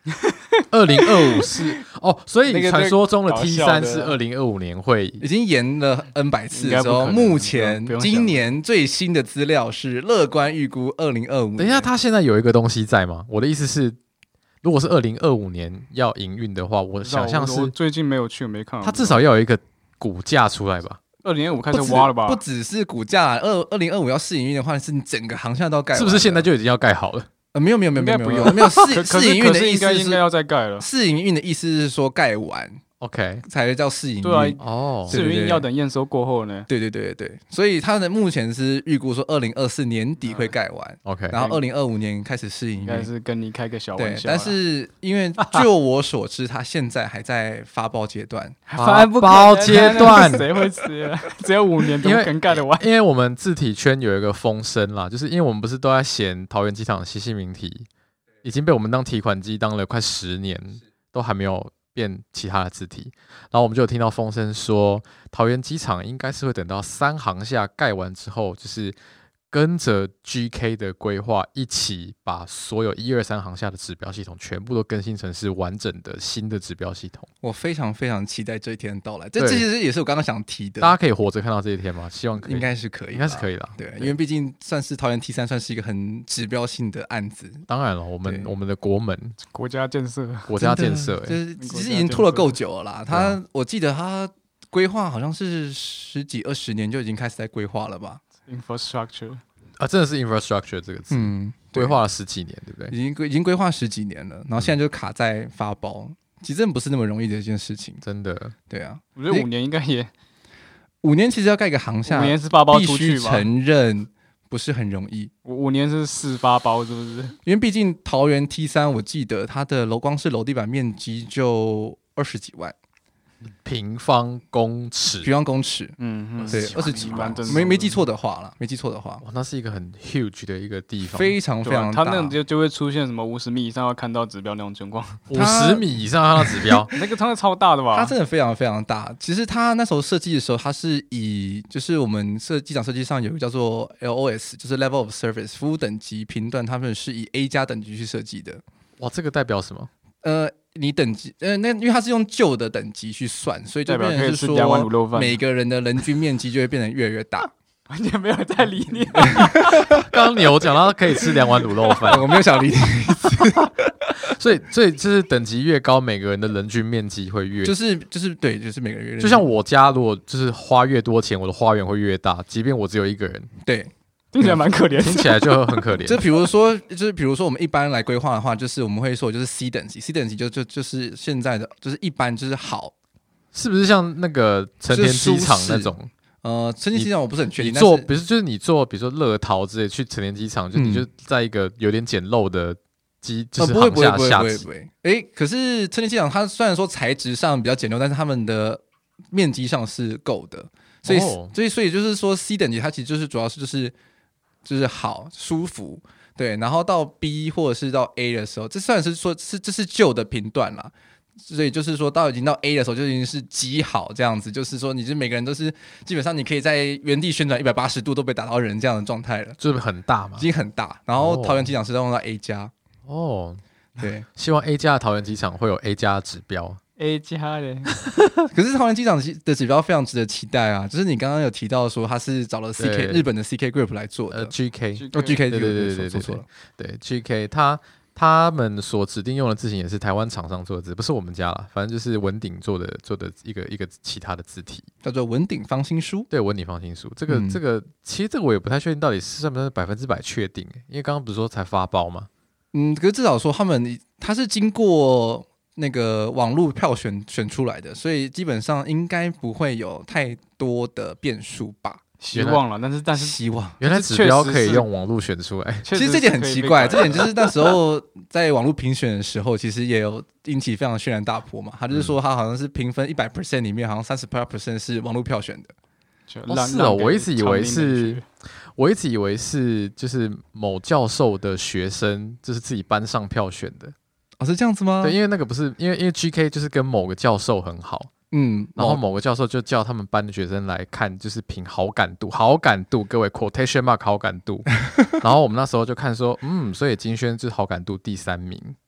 二零二五是哦，所以那个传说中的搞 T 笑的三是二零二五年会已经延了 N 百次之后， 应该不可能目前不用想今年最新的资料是乐观预估二零二五。 等一下，它现在有一个东西在吗？我的意思是，如果是二零二五年要营运的话，我想象我是最近没有去，没看。 它至少要有一个股价出来吧？ 二零二五开始不止挖了吧？ 不只是股价，二二零二五要试营运的话，是你整个航厦都要盖完的， 是不是现在就已经要盖好了？ 呃，没有没有没有没有应该不用没有没有试可可试营运是可的意思是应该应该是要再盖了。 试营运的意思是说盖完 OK， 才叫试营运。 对啊哦， 试营运要等验收过后呢？ 对对对对对，所以它的目前是预估说二零二四年底会盖完， OK， 然后二零二五年开始试营应该运。 是跟你开个小对玩，笑啦。 但是因为就我所知，它现在还在发包阶段。 发包阶段， 谁会吃啊？只有五年，怎么可能盖得完？ 因为我们字体圈有一个风声啦，就是因为我们不是都在嫌桃园机场的西西名体已经被我们当提款机当了快十年，都还没有变其他的字体，然后我们就有听到风声说，桃园机场应该是会等到三航厦盖完之后，就是跟着 G K 的规划一起把所有一二三航厦的指标系统全部都更新成是完整的新的指标系统。 我非常非常期待这一天的到来，这对这其实也是我刚刚想提的。 大家可以活着看到这一天吗？希望可以， 应该是可以， 应该是可以的。 对，因为毕竟算是桃园 T 三，算是一个很指标性的案子。 当然了，我们对我们的国门国家建设， 国家建设、 真的欸， 就是其实已经拖了够久了啦。他、 啊、 我记得他规划好像是十几二十年就已经开始在规划了吧 infrastructure 啊，真的是 infrastructure 这个词， 嗯， 规划了十几年，对不对？ 已经规已经规划十几年了，然后现在就卡在发包，其实真的不是那么容易的一件事情。 真的， 对啊， 我觉得五年应该也五年其实要盖一个航厦， 五年是发包必须出去吧？ 承认不是很容易。 五五年是四发包，是不是？ 因为毕竟桃园 T 三，我记得它的楼光是楼地板面积就二十几万平方公尺， 平方公尺， 嗯嗯， 对，二十几万，没没记错的话啦，没记错的话， 哇，那是一个很 huge 的一个地方， 非常非常大。 它那种就就会出现什么五十米以上要看到指标那种情况， 五十米以上看到指标， 那个真的超大的吧？ 它真的非常非常大。其实它那时候设计的时候，它是以就是我们设机场设计上有一个叫做 L O S， 就是 Level of Service 服务等级评断，他们是以 A 加等级去设计的。 哇，这个代表什么？ 呃，你等级呃，那因为它是用旧的等级去算，所以就变成是说两碗卤肉饭， 每个人的人均面积就会变得越来越大。 完全没有在理你。 刚刚你有讲到可以吃两碗卤肉饭， 我没有想理你。 所以所以就是等级越高，每个人的人均面积会越， 就是就是对，就是每个人就像我家如果就是花越多钱，我的花园会越大，即便我只有一个人， 对。 听起来蛮可怜的， 听起来就很可怜。 就比如说，就是比如说，我们一般来规划的话，就是我们会说，就是 C 等级 ，C 等级就就就是现在的，就是一般就是好， 是不是像那个成田机场那种？ 呃，成田机场我不是很确定。 你坐，比如就是你坐，比如说乐桃之类去成田机场，就你就在一个有点简陋的机，就是航厦下级。 哎，可是成田机场它虽然说材质上比较简陋，但是他们的面积上是够的，所以、哦、所以所以就是说 C 等级它其实就是主要是就是。就是好舒服，对，然后到 B 或者是到 A 的时候，这虽然是说是这是旧的评断啦，所以就是说到已经到 A 的时候就已经是极好这样子，就是说你是每个人都是基本上你可以在原地旋转一百八十度都被打到人这样的状态了， 就是很大嘛， 已经很大。然后桃园机场是用到 A 加哦， 对， 希望 A 加的桃园机场会有 A 加的指标。 A 加的， 可是桃园机场的指标非常值得期待啊！就是你刚刚有提到说他是找了 C K 日本的 C K Group 来做的， 呃 G K 哦 G K 对对对对对对对 G K 他他们所指定用的字型也是台湾厂商做的字，不是我们家啦，反正就是文鼎做的做的一个一个其他的字体， 叫做文鼎方心书。 对，文鼎方心书，这个、嗯、这个其实这个我也不太确定到底是算不算百分之百确定，因为刚刚不是说才发包吗？ 嗯，可是至少说他们他是经过。那个网络票选选出来的，所以基本上应该不会有太多的变数吧。 希望了，但是但是希望原来指标可以用网络选出来， 其实这点很奇怪，这点就是那时候在网络评选的时候，其实也有引起非常轩然大波嘛。他就是说他好像是评分一百 percent 里面，好像三十 percent 是网络票选的。 哦，是哦，我一直以为是，我一直以为是就是某教授的学生，就是自己班上票选的。 哦，是这样子吗？ 对，因为那个不是因为因为 G K 就是跟某个教授很好，嗯，然后某个教授就叫他们班的学生来看，就是凭好感度，好感度，各位 quotation mark 好感度。然后我们那时候就看说，嗯，所以金轩是好感度第三名，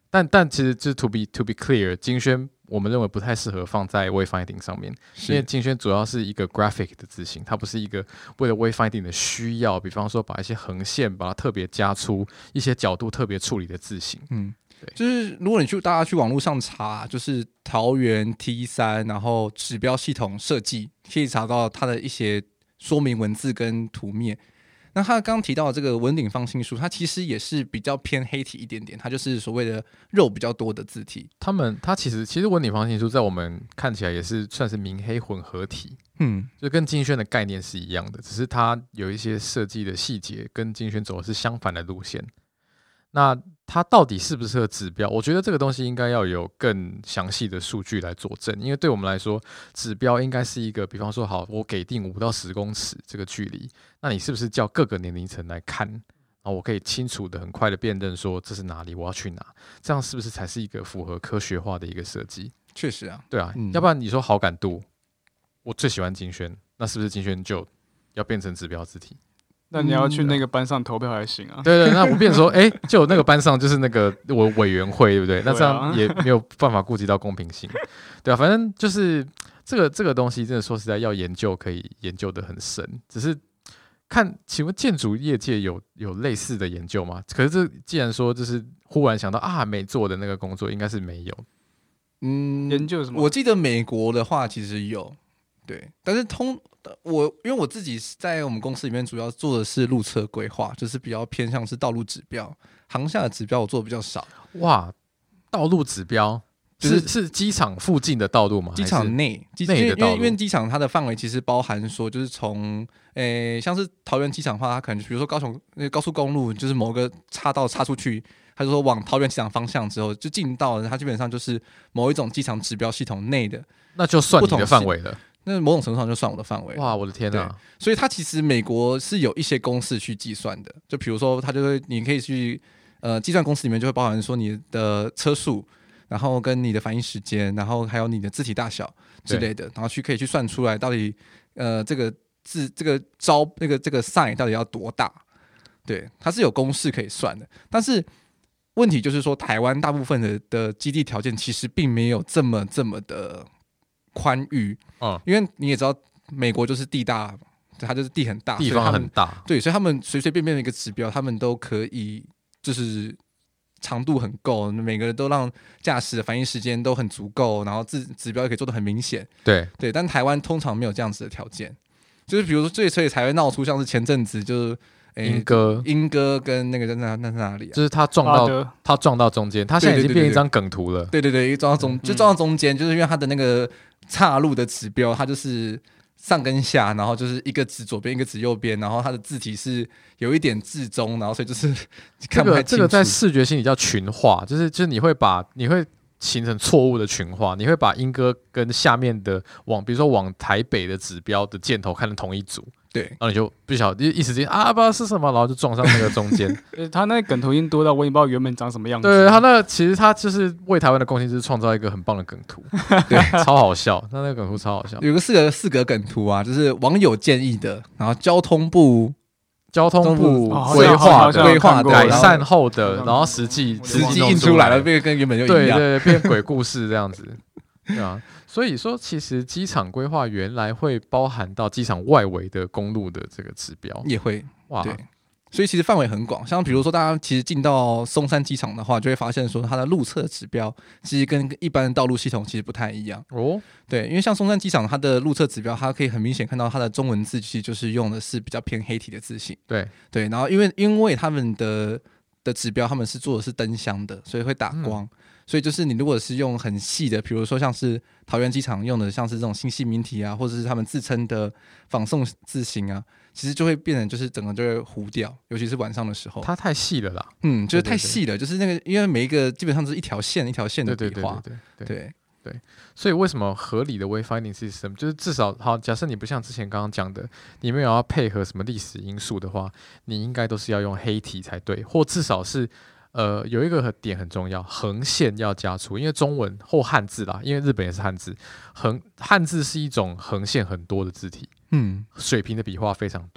但但其实就是 to be to be clear， 金萱我们认为不太适合放在 wayfinding 上面，因为金萱主要是一个 graphic 的字型，它不是一个为了 wayfinding 的需要，比方说把一些横线把它特别加粗，一些角度特别处理的字型。嗯， 对，就是如果你去大家去网络上查，就是桃园 T 三，然后指标系统设计，可以查到它的一些说明文字跟图面。那他刚刚提到的这个文鼎方心书，它其实也是比较偏黑体一点点，它就是所谓的肉比较多的字体。 他们它其实其实文鼎方心书在我们看起来也是算是明黑混合体，嗯，就跟金萱的概念是一样的，只是它有一些设计的细节跟金萱走的是相反的路线。那它到底适不适合指标？我觉得这个东西应该要有更详细的数据来佐证，因为对我们来说，指标应该是一个，比方说，好，我给定五到十公尺这个距离，那你是不是叫各个年龄层来看，然后我可以清楚的、很快的辨认说这是哪里，我要去哪，这样是不是才是一个符合科学化的一个设计？ 确实啊， 对啊，嗯、要不然你说好感度，我最喜欢金萱，那是不是金萱就要变成指标字体？ 那你要去那个班上投票才行啊！ 对对，那我变成说，哎、欸，就有那个班上就是那个我委员会，对不对？那这样也没有办法顾及到公平性，对啊，反正就是这个这个东西，真的说实在要研究，可以研究得很深。只是看，请问建筑业界有有类似的研究吗？可是这既然说就是忽然想到啊，没做的那个工作应该是没有。 嗯， 研究什么？ 我记得美国的话其实有，对，但是通。我因为我自己在我们公司里面主要做的是路测规划，就是比较偏向是道路指标，航厦的指标我做的比较少。 哇，道路指标是是机场附近的道路吗？ 机场内内的道路， 因为因为机场它的范围其实包含说，就是从诶像是桃园机场的话，它可能比如说高雄那个高速公路，就是某个岔道插出去，它就说往桃园机场方向之后就进到了，它基本上就是某一种机场指标系统内的， 那就算你的范围了。 那某种程度上就算我的范围。 哇，我的天啊！ 所以它其实美国是有一些公式去计算的，就比如说它就会，你可以去呃计算公式里面就会包含说你的车速，然后跟你的反应时间，然后还有你的字体大小之类的，然后去可以去算出来到底呃这个字这个招那个这个 sign 到底要多大。对，它是有公式可以算的，但是问题就是说台湾大部分的的基地条件其实并没有这么这么的宽裕，嗯，因为你也知道，美国就是地大，它就是地很大， 地方很大， 对，所以他们随随便便的一个指标，他们都可以就是长度很够，每个人都让驾驶的反应时间都很足够，然后指指标也可以做得很明显， 对对。但台湾通常没有这样子的条件，就是比如说，所以才会闹出像是前阵子就是。 莺歌， 莺歌跟那个在那那是哪里啊？ 就是他撞到他撞到中间，他现在已经变一张梗图了。 对对对，一撞到中就撞到中间，就是因为他的那个岔路的指标，它就是上跟下，然后就是一个指左边，一个指右边，然后它的字体是有一点置中，然后所以就是看不太清楚。这个这个在视觉心理叫群化，就是就是你会把你会形成错误的群化，你会把莺歌跟下面的往比如说往台北的指标的箭头看成同一组。 对， 然后你就不晓得一时间啊不知道是什么，然后就撞上那个中间。 他那个梗图已经多到我也不知道原本长什么样子。 对他那个其实他就是为台湾的贡献，就是创造一个很棒的梗图，对，超好笑。他那个梗图超好笑。 有个四格四格梗图啊，就是网友建议的，然后交通部交通部规划的规划的改善后的，然后实际实际印出来了，变跟原本就一样， 对对，变鬼故事这样子，对啊。所以说，其实机场规划原来会包含到机场外围的公路的这个指标， 也会哇，对，所以其实范围很广。像比如说，大家其实进到松山机场的话，就会发现说，它的路测指标其实跟一般的道路系统其实不太一样哦。对，因为像松山机场，它的路测指标，它可以很明显看到它的中文字其实就是用的是比较偏黑体的字型。 对对，然后因为因为他们的的指标，他们是做的是灯箱的，所以会打光。嗯，所以就是你如果是用很细的，比如说像是桃园机场用的，像是这种新细明体啊，或者是他们自称的仿宋字型啊，其实就会变成就是整个就会糊掉，尤其是晚上的时候。 它太细了啦， 嗯，就是太细了，对对对，就是那个因为每一个基本上就是一条线一条线的笔画， 对对对对对, 对, 对, 对。所以为什么合理的 wayfinding system 就是至少好，假设你不像之前刚刚讲的，你没有要配合什么历史因素的话，你应该都是要用黑体才对，或至少是。呃，有一个点很重要，横线要加粗，因为中文或汉字啦，因为日本也是汉字，横汉字是一种横线很多的字体，嗯，水平的笔画非常多，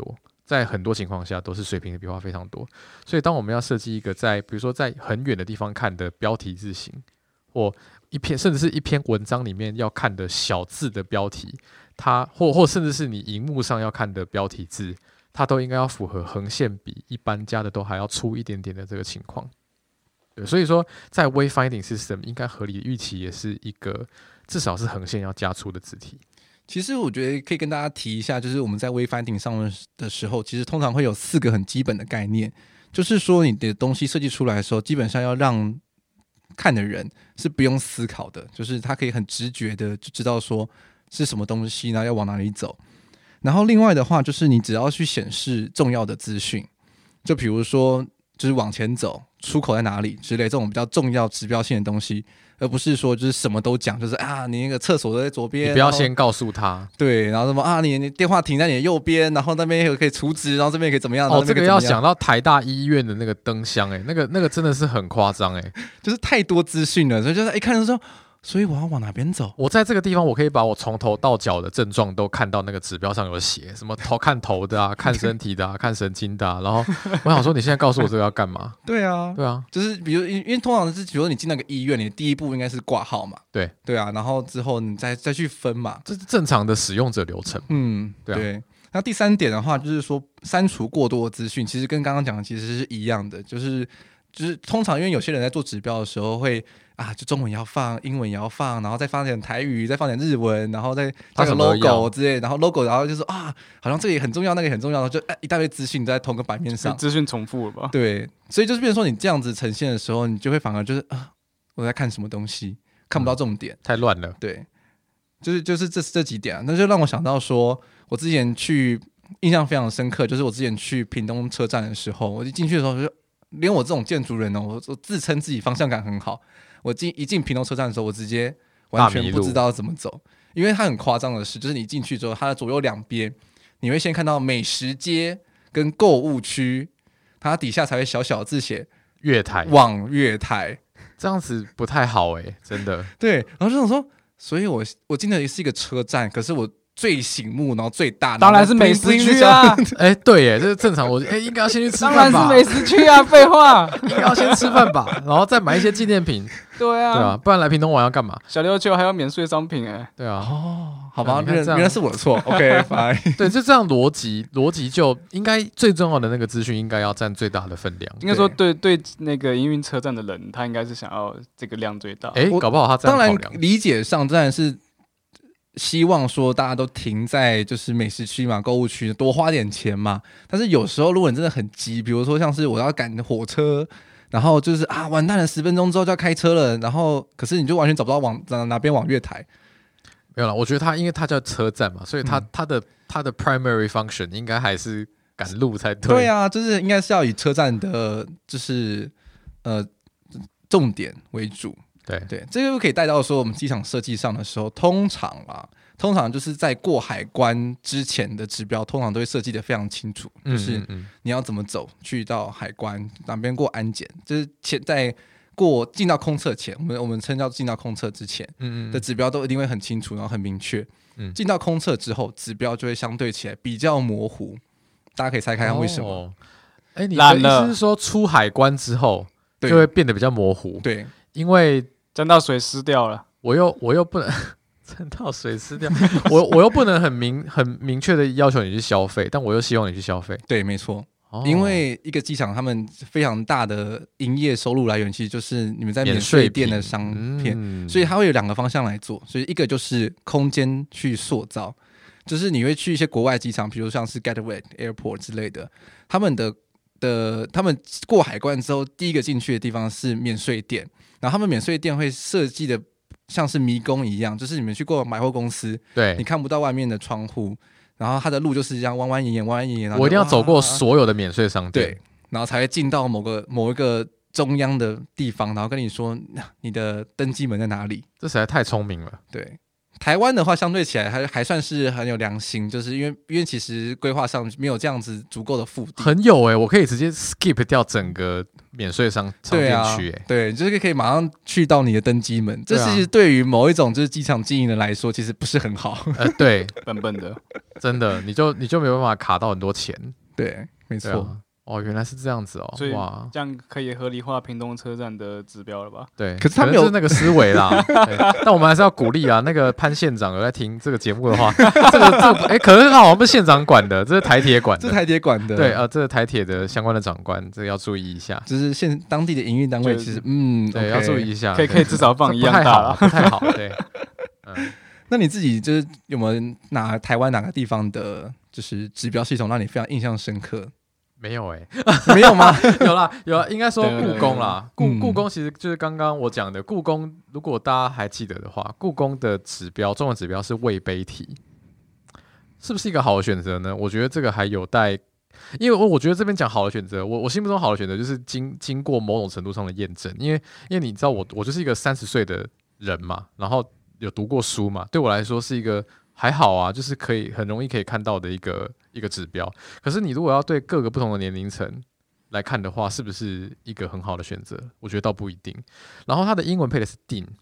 在很多情况下都是水平的笔画非常多。所以当我们要设计一个在比如说在很远的地方看的标题字型，或一篇甚至是一篇文章里面要看的小字的标题，它或或甚至是你荧幕上要看的标题字，它都应该要符合横线比一般加的都还要粗一点点的这个情况。对，所以说在 Wayfinding System 应该合理的预期也是一个至少是横线要加粗的字体。 其实我觉得可以跟大家提一下，就是我们在 Wayfinding 上面的时候，其实通常会有四个很基本的概念，就是说你的东西设计出来的时候，基本上要让看的人是不用思考的，就是他可以很直觉的就知道说是什么东西，然后要往哪里走。然后另外的话，就是你只要去显示重要的资讯，就比如说就是往前走，出口在哪里之类这种比较重要指标性的东西，而不是说就是什么都讲，就是啊你那个厕所都在左边， 你不要先告诉他， 对，然后什么啊你你电话停在你的右边，然后那边可以储值，然后这边可以怎么样？ 哦，这个要想到台大医院的那个灯箱，哎，那个那个真的是很夸张，哎， 就是太多资讯了，所以就是一看就说。所以我要往哪边走？ 我在这个地方，我可以把我从头到脚的症状都看到那个指标上有写，什么头看头的啊，看身体的啊，看神经的啊。然后我想说，你现在告诉我这个要干嘛？ 对啊， 对啊， 就是比如，因为通常是，比如说你进那个医院，你的第一步应该是挂号嘛。 对对啊，然后之后你再再去分嘛， 这是正常的使用者流程。 嗯，对啊。对，那第三点的话，就是说删除过多的资讯，其实跟刚刚讲的其实是一样的，就是就是通常因为有些人在做指标的时候会。啊，就中文也要放，英文也要放，然后再放点台语，再放点日文，然后再放个 logo 之类，然后 logo， 然后就说啊，好像这个也很重要，那个也很重要，就、啊、一大堆资讯在同个版面上， 资讯重复了吧？ 对，所以就是变成说你这样子呈现的时候，你就会反而就是啊，我在看什么东西，看不到重点，嗯、 太乱了。 对，就是就是这这几点、啊，那就让我想到说，我之前去印象非常深刻，就是我之前去屏东车站的时候，我一进去的时候就，连我这种建筑人呢、哦，我我自称自己方向感很好。我进一进屏东车站的时候，我直接完全不知道怎么走，因为它很夸张的是，就是你进去之后，它的左右两边，你会先看到美食街跟购物区，它底下才会小小字写月台往月台， 这样子不太好哎、欸，真的。 对，然后就想说，所以我我进的是一个车站，可是我。最醒目，然后最大， 当然是美食区啊！ 哎，对耶，这是正常。我哎，应该要先去吃饭吧？ 当然是美食区啊！废话， 应该要先吃饭吧，然后再买一些纪念品。 对啊， 对啊，不然来屏东玩要干嘛？ 小琉球还有免税商品哎、欸。 对啊， 哦，好吧，原来是我的错。OK， fine。 对，就这样逻辑，逻辑就应该最重要的那个资讯应该要占最大的分量。 应该说对，对对，那个营运车站的人，他应该是想要这个量最大。 哎，搞不好他当然理解上当然是。希望说大家都停在就是美食区嘛，购物区多花点钱嘛。但是有时候如果你真的很急，比如说像是我要赶火车，然后就是啊完蛋了，十分钟之后就要开车了，然后可是你就完全找不到往哪边往月台。 没有啦，我觉得它因为它叫车站嘛，所以它、嗯、它的它的 primary function 应该还是赶路才对。 对啊，就是应该是要以车站的就是呃重点为主。 对对，这个可以带到说我们机场设计上的时候，通常啊，通常就是在过海关之前的指标，通常都会设计的非常清楚， 嗯、 就是你要怎么走去到海关，哪边过安检，就是前在过进到空测前，我们我们称叫进到空测之前的指标都一定会很清楚，然后很明确。嗯，进到空测之后，指标就会相对起来比较模糊，大家可以猜看为什么？ 哎、哦，你的意思是说出海关之后就会变得比较模糊？ 对。 因为沾到水湿掉了， 我又我又不能沾到水湿掉，我我又不能很明很明确的要求你去消费，但我又希望你去消费。 对，没错、哦，因为一个机场他们非常大的营业收入来源，其实就是你们在免税店的商片，嗯、所以它会有两个方向来做。所以一个就是空间去塑造，就是你会去一些国外机场，比如像是 Gateway Airport 之类的，他们的的他们过海关之后，第一个进去的地方是免税店。然后他们免税店会设计的像是迷宫一样，就是你们去过百货公司， 对， 你看不到外面的窗户，然后它的路就是这样弯弯延延、弯弯延延。 我一定要走过所有的免税商店， 对，然后才会进到某个某一个中央的地方，然后跟你说你的登机门在哪里。 这实在太聪明了。 对，台湾的话相对起来还还算是很有良心，就是因为因为其实规划上没有这样子足够的腹地。 很有哎、欸，我可以直接 skip 掉整个免税商商店区哎、欸， 对，就是可以马上去到你的登机门。这其实对于某一种就是机场经营人来说，其实不是很好。 呃，对， 笨笨的， 真的，你就你就没有办法卡到很多钱。 对，没错。 啊哦，原来是这样子哦， 所以哇， 这样可以合理化屏东车站的指标了吧？ 对， 可是他没有是那个思维啦。但我们还是要鼓励啊，那个潘县长有在听这个节目的话，这个这个哎，可是他好像不是县长管的，这是台铁管的， 这台铁管的。 对啊，这是台铁的相关的长官，这个要注意一下。 就是现当地的营运单位，其实嗯， 对，要注意一下， 可以可以至少放一样大了， 不太好，对，嗯。 那你自己就是有没有哪台湾哪个地方的，就是指标系统让你非常印象深刻？ 没有哎、欸， 没有吗？ 有啦有啦，应该说故宫啦，故嗯故宫其实就是刚刚我讲的故宫，如果大家还记得的话，故宫的指标中文指标是魏碑体，是不是一个好的选择呢？我觉得这个还有待，因为我我觉得这边讲好的选择，我我心目中好的选择就是经经过某种程度上的验证，因为因为你知道我我就是一个三十岁的人嘛，然后有读过书嘛，对我来说是一个还好啊，就是可以很容易可以看到的一个一个指标。可是你如果要对各个不同的年龄层来看的话，是不是一个很好的选择？我觉得倒不一定。然后它的英文配的是 D I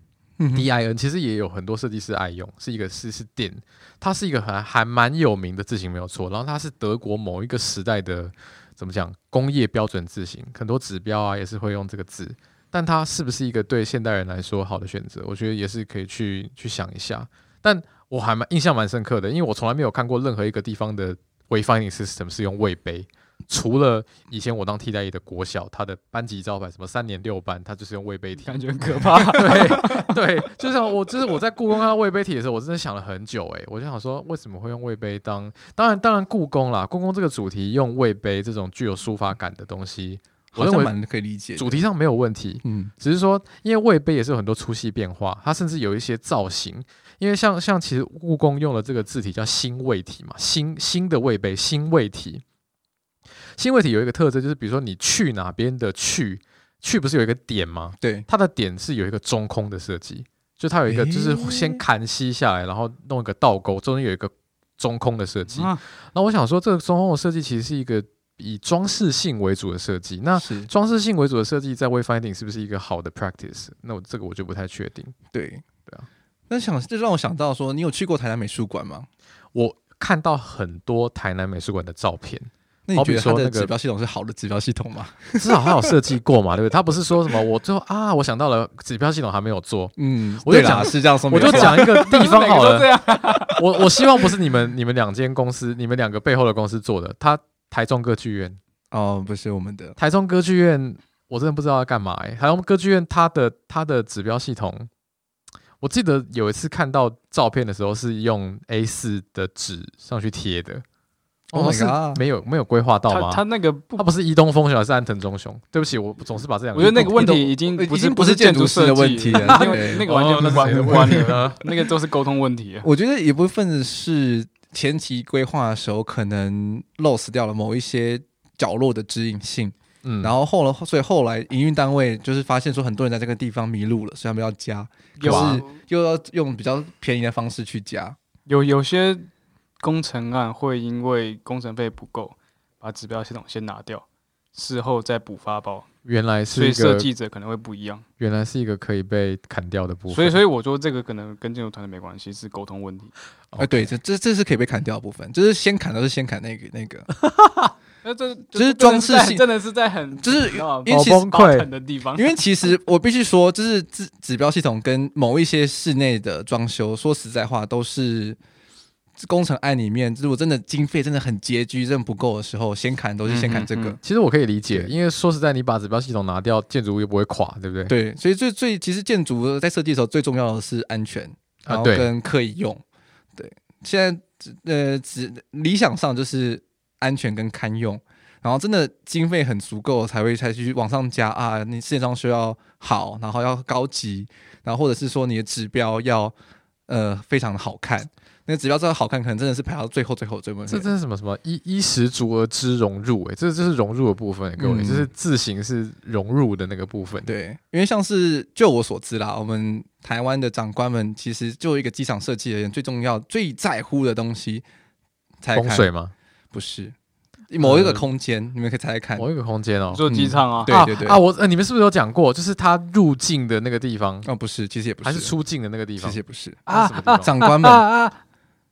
N，D I N 其实也有很多设计师爱用，是一个是是 D I N， 它是一个还还蛮有名的字型没有错。然后它是德国某一个时代的怎么讲工业标准字型，很多指标啊也是会用这个字。但它是不是一个对现代人来说好的选择？我觉得也是可以去去想一下。但我还蛮印象蛮深刻的，因为我从来没有看过任何一个地方的 wayfinding system 是用魏碑，除了以前我当替代役的国小，它的班级招牌什么三年六班，它就是用魏碑体， 感觉很可怕。 对对，就像我就是我在故宫看到魏碑体的时候，我真的想了很久、欸，哎，我就想说为什么会用魏碑当？当然当然故宫啦，故宫这个主题用魏碑这种具有书法感的东西。我认为蛮可以理解， 主题上没有问题，嗯，只是说，因为魏碑也是有很多粗细变化，它甚至有一些造型，因为像像其实故宫用的这个字体叫新魏体嘛，新新的魏碑，新魏体，新魏体有一个特征，就是比如说你去哪边的去，去不是有一个点吗？ 对， 它的点是有一个中空的设计，就它有一个就是先砍析下来，然后弄一个倒钩，中间有一个中空的设计。那、啊、我想说，这个中空的设计其实是一个以装饰性为主的设计，那装饰性为主的设计在 wayfinding 是不是一个好的 practice？ 那我这个我就不太确定。 对对啊， 那想这让我想到说，你有去过台南美术馆吗？ 我看到很多台南美术馆的照片。 那你觉得它的指标系统是好的指标系统吗？ 至少它有设计过嘛，对不对？它不是说什么我最后啊，我想到了指标系统还没有做， 嗯， 我就讲是这样说， 我就讲一个地方好了。我我希望不是你们你们两间公司，你们两个背后的公司做的，它。台中歌剧院哦，不是我们的台中歌剧院，我真的不知道要干嘛哎、欸。台中歌剧院它的它的指标系统，我记得有一次看到照片的时候是用 A 四 的纸上去贴的。 Oh my god！ 没有没有规划到吗？ 他那个不， 他不是伊东丰雄还是安藤忠雄？对不起，我总是把这两个。 我觉得那个问题已经已经不是建筑师的问题了， 那个完全无关无关的，那个都是沟通问题。 我觉得一部分是。前期规划的时候，可能 lost 掉了某一些角落的指引性，嗯，然后后来，所以后来营运单位就是发现说，很多人在这个地方迷路了，所以他们要加，可是又要用比较便宜的方式去加。 有有些工程案会因为工程费不够，把指标系统先拿掉，事后再补发包。 原来是一个， 所以设计者可能会不一样。 原来是一个可以被砍掉的部分。 所以，所以我说这个可能跟建筑团队没关系，是沟通问题。 哎、欸，对，这这这是可以被砍掉的部分，就是先砍都是先砍那个那个。 那这就是装饰性， 真的是在很就是因为其实崩的地方。 因为其实我必须说，就是指指标系统跟某一些室内的装修，说实在话都是。工程案里面，如果真的经费真的很拮据、真的不够的时候，先砍都是先砍这个。嗯嗯嗯其实我可以理解，因为说实在，你把指标系统拿掉，建筑物又不会垮，对不对？ 对，所以最最其实建筑在设计的时候最重要的是安全，然后跟可以用。啊、对，现在呃，只理想上就是安全跟堪用，然后真的经费很足够才会才去往上加啊。你室内装修要好，然后要高级，然后或者是说你的指标要呃非常的好看。那个指标真的好看，可能真的是排到最后最后最后。 这真是什么什么衣衣食足而知融入哎、欸，这这是融入的部分、欸，各位，这、嗯、是字形是融入的那个部分。 对，因为像是就我所知啦，我们台湾的长官们其实就一个机场设计而言，最重要、最在乎的东西，猜风水吗？ 不是，某一个空间、嗯，你们可以猜猜看。 某一个空间哦， 做机场啊、 嗯，对对对啊，啊我、呃、你们是不是有讲过，就是他入境的那个地方？ 哦，不是，其实也不是， 还是出境的那个地方？ 其实也不是啊啊， 长官们。 啊啊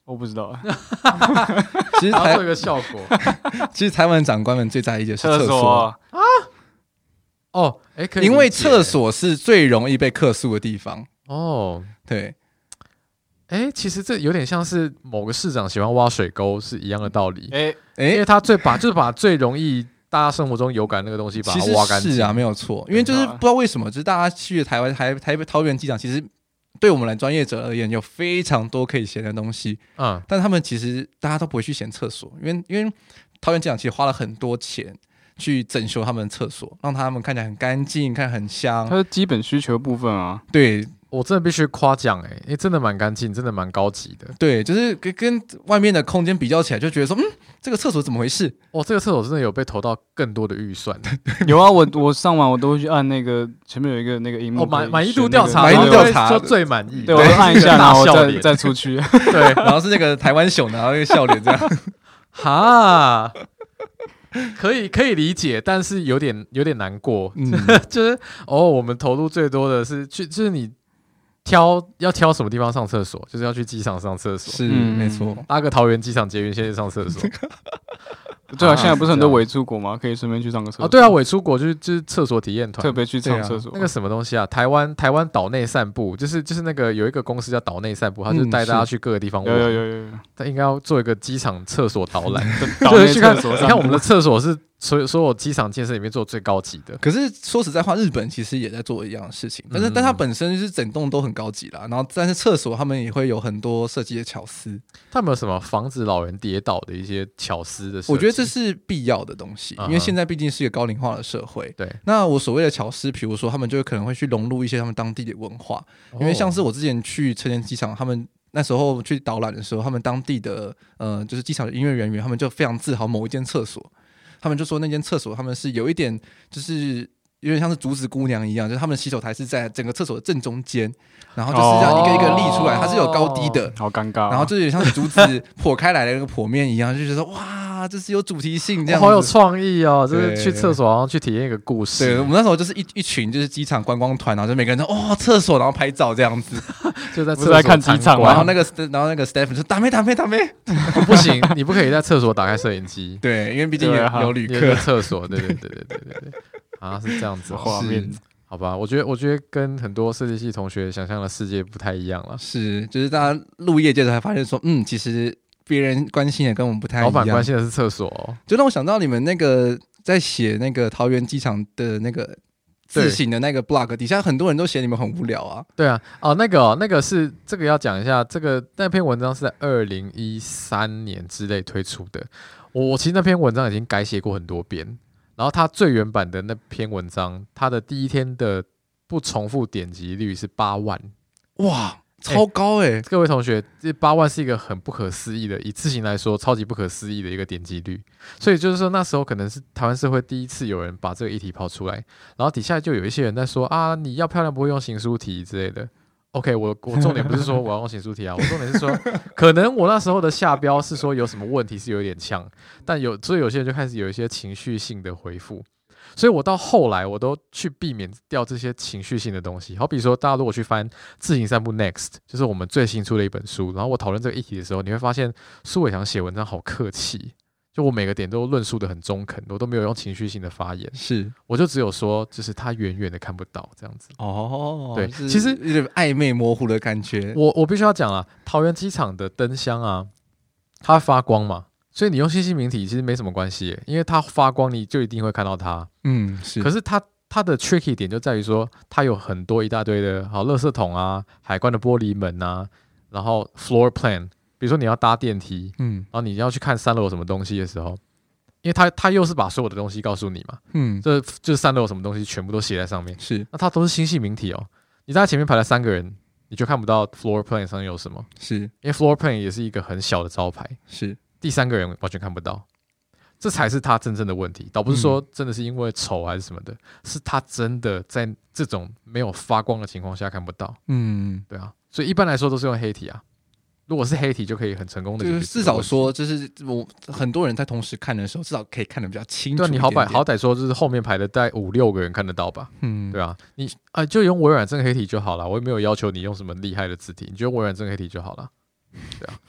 我不知道。 其实台做一个效果。 其实台湾长官们最在意的是厕所啊。 哦，哎，可以， 因为厕所是最容易被客诉的地方。 哦， 对。 哎，其实这有点像是某个市长喜欢挖水沟是一样的道理。 哎哎，因为他最把就是把最容易大家生活中有感那个东西把它挖干净。 是啊，没有错。因为就是不知道为什么，就是大家去台湾台台北桃园机场，其实对我们来专业者而言，有非常多可以嫌的东西。嗯，但他们其实大家都不会去嫌厕所，因为因为桃园机场其实花了很多钱去整修他们的厕所，让他们看起来很干净，看起来很香。 它是基本需求部分啊。 对。 我真的必须夸奖哎，哎，真的蛮干净，真的蛮高级的。 对，就是跟跟外面的空间比较起来，就觉得说，嗯，这个厕所怎么回事？ 哇，这个厕所真的有被投到更多的预算。 有啊，我我上完我都会去按那个前面有一个那个荧幕， 哦，满满意度调查， 满意度调查说最满意。 对，我按一下，然后我再再出去。 对，然后是那个台湾熊，然后那个笑脸这样。 哈。可以可以理解，但是有点有点难过，嗯、就是哦，我们投入最多的是去，就是你挑要挑什么地方上厕所，就是要去机场上厕所， 是、嗯、没错， 搭个桃园机场捷运线去上厕所。 对啊，现在不是很多伪出国吗？可以顺便去上个厕所。 哦，对啊，伪出国就是就是厕所体验团， 特别去上厕所、啊。 那个什么东西啊？台湾台湾岛内散步，就是就是那个有一有一个公司叫岛内散步，他就带大家去各个地方玩。 有有有有有。 他应该要做一个机场厕所导览， 岛内厕所。 你看我们的厕所是所有所有机场建设里面做最高级的。 可是说实在话，日本其实也在做一样的事情，但是、嗯、但它本身就是整栋都很高级啦。然后但是厕所他们也会有很多设计的巧思。 他们有什么防止老人跌倒的一些巧思的设计？ 我觉得这是必要的东西，因为现在毕竟是一个高龄化的社会。 对， 那我所谓的巧思，比如说他们就可能会去融入一些他们当地的文化，哦、因为像是我之前去成田机场，他们那时候去导览的时候，他们当地的呃就是机场的音乐人员，他们就非常自豪某一间厕所，他们就说那间厕所他们是有一点就是有点像是竹子姑娘一样，就是他们的洗手台是在整个厕所的正中间，然后就是这样一个一个立出来，它是有高低的， 好尴尬、啊。 然后就有点像竹子剖开来的那个剖面一样，就觉得哇，这是有主题性这样子、 哦，好有创意哦！就是去厕所，然后去体验一个故事。 对，我们那时候就是一一群就是机场观光团，然后就每个人都哦厕所，然后拍照这样子， 就在厕所看机场。 然后那个然后那个 Stephen 说打妹打妹打妹， 不行，你不可以在厕所打开摄影机。 对，因为毕竟有有旅客厕所，对对对对对对对。啊，是这样子画面，好吧？我觉得，我觉得跟很多设计系同学想象的世界不太一样了。 是，就是大家入业界才发现说，嗯，其实别人关心的跟我们不太一样。 老板关心的是厕所、哦， 就让我想到你们那个在写那个桃园机场的那个自行的那个 blog 底下，很多人都写你们很无聊啊。 对啊，哦，那个、哦、那个是这个要讲一下，这个那篇文章是在二零一三年之类推出的。我我其实那篇文章已经改写过很多遍。然后它最原版的那篇文章，它的第一天的不重复点击率是八万， 哇，超高哎、欸！ 各位同学，这八万是一个很不可思议的，以字形来说，超级不可思议的一个点击率。所以就是说，那时候可能是台湾社会第一次有人把这个议题抛出来，然后底下就有一些人在说啊，你要漂亮不会用行书题之类的。OK， 我我重点不是说我要用行书题啊，我重点是说，可能我那时候的下标是说有什么问题是有点呛，但有所以有些人就开始有一些情绪性的回复，所以我到后来我都去避免掉这些情绪性的东西。好比说，大家如果去翻《自行散步 Next》，就是我们最新出的一本书，然后我讨论这个议题的时候，你会发现苏伟翔写文章好客气。就我每个点都论述的很中肯，我都没有用情绪性的发言， 是， 我就只有说，就是他远远的看不到这样子。 哦， 对，其实有点暧昧模糊的感觉。 我我必须要讲啊，桃园机场的灯箱啊，它发光嘛，所以你用星系明体其实没什么关系耶，因为它发光，你就一定会看到它。 嗯，是。 可是它它的 tricky 点就在于说，它有很多一大堆的好垃圾桶啊，海关的玻璃门啊，然后 floor plan。比如说你要搭电梯，嗯，然后你要去看三楼有什么东西的时候，因为他他又是把所有的东西告诉你嘛，嗯，这就是三楼有什么东西全部都写在上面， 是，那它都是星系名体哦。你在前面排了三个人，你就看不到 floor plan 上有什么， 是因为 floor plan 也是一个很小的招牌， 是第三个人完全看不到，这才是他真正的问题，倒不是说真的是因为丑还是什么的，嗯、是他真的在这种没有发光的情况下看不到，嗯，对啊，所以一般来说都是用黑体啊。如果是黑体就可以很成功的， 就是至少说，就是我很多人在同时看的时候，至少可以看得比较清楚一点点。 对，你好歹好歹说，就是后面排的大概五六个人看得到吧？嗯，对啊，你啊、呃、就用微软正黑体就好了，我也没有要求你用什么厉害的字体，你就用微软正黑体就好了。对啊，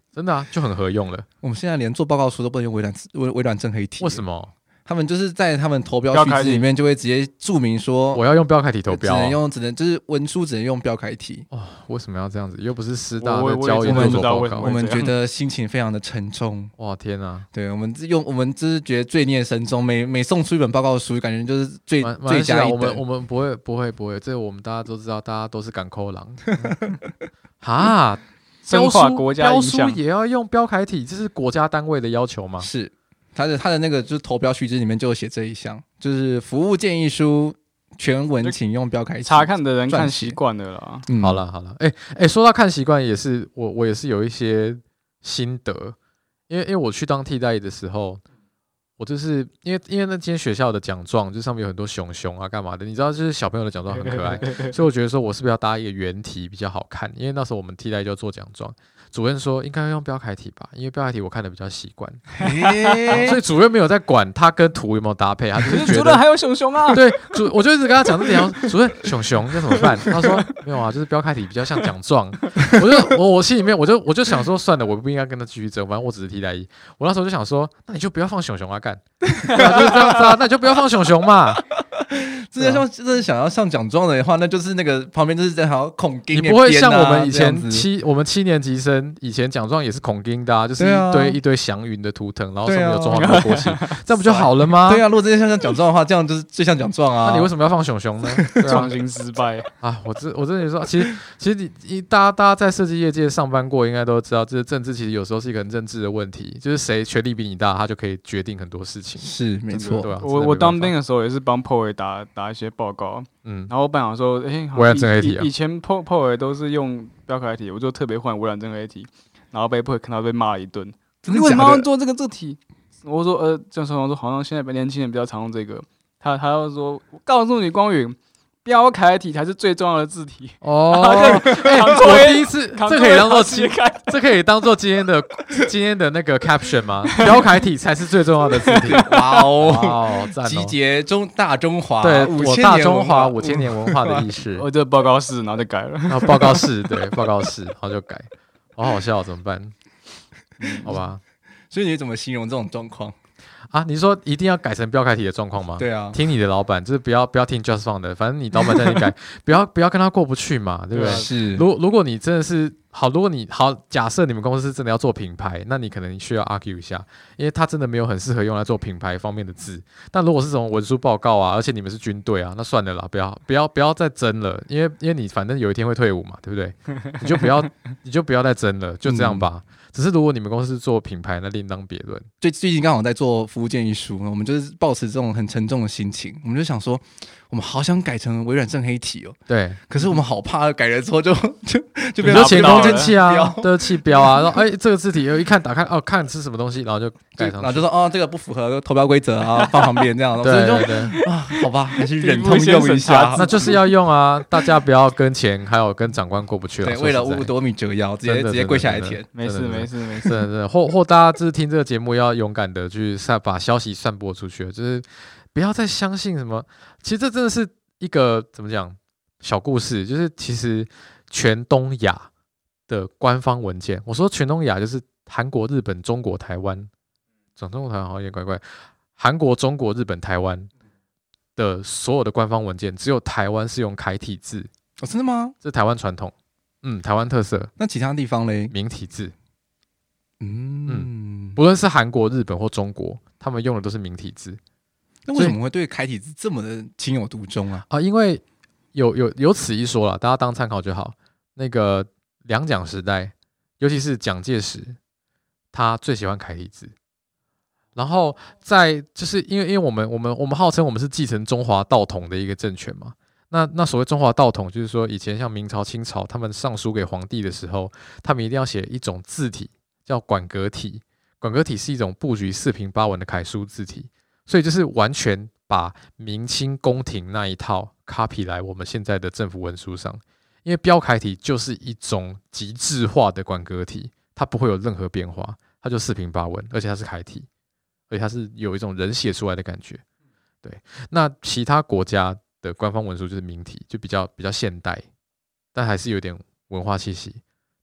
真的啊，就很合用了。 我们现在连做报告书都不能用微软微微软正黑体， 为什么？ 他们就是在他们投标须知里面就会直接注明说， 我要用标楷体投标、哦， 只能用只能就是文书只能用标楷体。 哦，为什么要这样子？又不是师大的教研做报告， 我们觉得心情非常的沉重。 哇天啊！ 对，我们用我们就是觉得罪孽深重，每每送出一本报告书，感觉就是最最佳一等。 我们我们不会不会不会，这个我们大家都知道，大家都是赶抠狼。哈， 深化国家标书也要用标楷体，这是国家单位的要求吗？ 是。他的他的那个就是投标须知里面就有写这一项，就是服务建议书全文请用标楷体。 查看的人看习惯了啦。 嗯、好了好了，哎、欸、哎、欸，说到看习惯，也是我我也是有一些心得，因为因为我去当替代役的时候，我就是因为因为那间学校的奖状就上面有很多熊熊啊干嘛的，你知道就是小朋友的奖状很可爱，所以我觉得说我是不是要搭一个圆体比较好看？因为那时候我们替代就要做奖状。主任说应该要用标楷体吧，因为标楷体我看的比较习惯，所以主任没有在管他跟图有没有搭配，他就是觉得主任还有熊熊啊。 对，主我就一直跟他讲这点，主任熊熊要怎么办？他说没有啊，就是标楷体比较像奖状。我就我我心里面我就我就想说算了，我不应该跟他继续争，反正我只是替代役。我那时候就想说，那你就不要放熊熊啊，干，对啊，就是这样子啊，那你就不要放熊熊嘛。 真的像真的想要上奖状的话，那就是那个旁边就是在好像孔钉、啊， 你不会像我们以前七我们七年级生以前奖状也是孔钉的、啊，就是一堆、啊、一堆祥云的图腾，然后上面有中华民国国旗，这样不就好了吗？ 对啊，如果真的像像奖状的话，这样就是最像奖状啊。 那你为什么要放熊熊呢？ 创新失败啊！我真我真的说，其实其实你大家大家在设计业界上班过，应该都知道，这政治其实有时候是一个很政治的问题，就是谁权力比你大，他就可以决定很多事情。 是没错， 对啊。 我我当兵的时候也是帮 P O E 打打一些报告。嗯，然后我本想说，哎、欸， 微软正黑体、啊、 以前 P O E 都是用标楷体，我就特别换微软正黑体，然后被 P O E 看到被骂了一顿。你为什么要做这个这题？我说，呃，郑少龙说，好像现在年轻人比较常用这个。他他要说，我告诉你，光宇，标楷体才是最重要的字体。 哦，欸、我第一次，这可以当做这可以当做今天的今天的那个 caption 吗？标楷体才是最重要的字体。 哇哦， 哇哦， 集结中大中华， 对，我大中华五千年文化的意识。 我这报告室，然后就改了。 然后报告室，对，报告室，然后就改，好好笑，怎么办？好吧。 所以你怎么形容这种状况？ 啊，你说一定要改成标楷体的状况吗？ 对啊， 听你的老板，就是不要不要听 JustFont 的，反正你老板叫你改，不要不要跟他过不去嘛，对不对？ 是。 如如果你真的是好，如果你好，假设你们公司真的要做品牌，那你可能需要 argue 一下，因为它真的没有很适合用来做品牌方面的字。但如果是这种文书报告啊，而且你们是军队啊，那算了啦，不要不要不要再争了，因为因为你反正有一天会退伍嘛，对不对？你就不要你就不要再争了，就这样吧。嗯，只是如果你们公司做品牌，那另当别论。 最最近刚好在做服务建议书，我们就是抱持这种很沉重的心情，我们就想说，我们好想改成微软正黑体哦。 对， 可是我们好怕改了之后就就就变成前功尽弃啊，都是弃标啊。然后哎，这个字体一看打开哦，看是什么东西，然后就改上去， 然后就说哦，这个不符合投标规则啊，放旁边这样。 对对对啊，好吧，还是忍痛用一下。 那就是要用啊，大家不要跟钱还有跟长官过不去了。 对，为了五斗米折腰，直接直接跪下来填。 没事没事没事。 真的真的，或或大家就是听这个节目要勇敢的去散把消息散播出去，就是不要再相信什么。其实这真的是一个怎么讲小故事，就是其实全东亚的官方文件，我说全东亚就是韩国、日本、中国、台湾，讲中国台湾好像有点怪怪，韩国、中国、日本、台湾的所有的官方文件，只有台湾是用楷体字。 哦，真的吗？ 这是台湾传统，嗯，台湾特色。 那其他地方嘞？ 明体字。 嗯, 嗯， 不论是韩国、日本或中国，他们用的都是明体字。 那为什么会对楷体字这么的情有独钟啊？ 啊，因为有有有此一说啦，大家当参考就好。那个两蒋时代，尤其是蒋介石，他最喜欢楷体字。然后在就是因为因为我们我们我们号称我们是继承中华道统的一个政权嘛。那那所谓中华道统，就是说以前像明朝、清朝，他们上书给皇帝的时候，他们一定要写一种字体。叫馆阁体，馆阁体是一种布局四平八稳的楷书字体，所以就是完全把明清宫廷那一套 copy 来我们现在的政府文书上。因为标楷体就是一种极致化的馆阁体，它不会有任何变化，它就四平八稳，而且它是楷体，而且它是有一种人写出来的感觉。对，那其他国家的官方文书就是明体，就比较比较现代，但还是有点文化气息。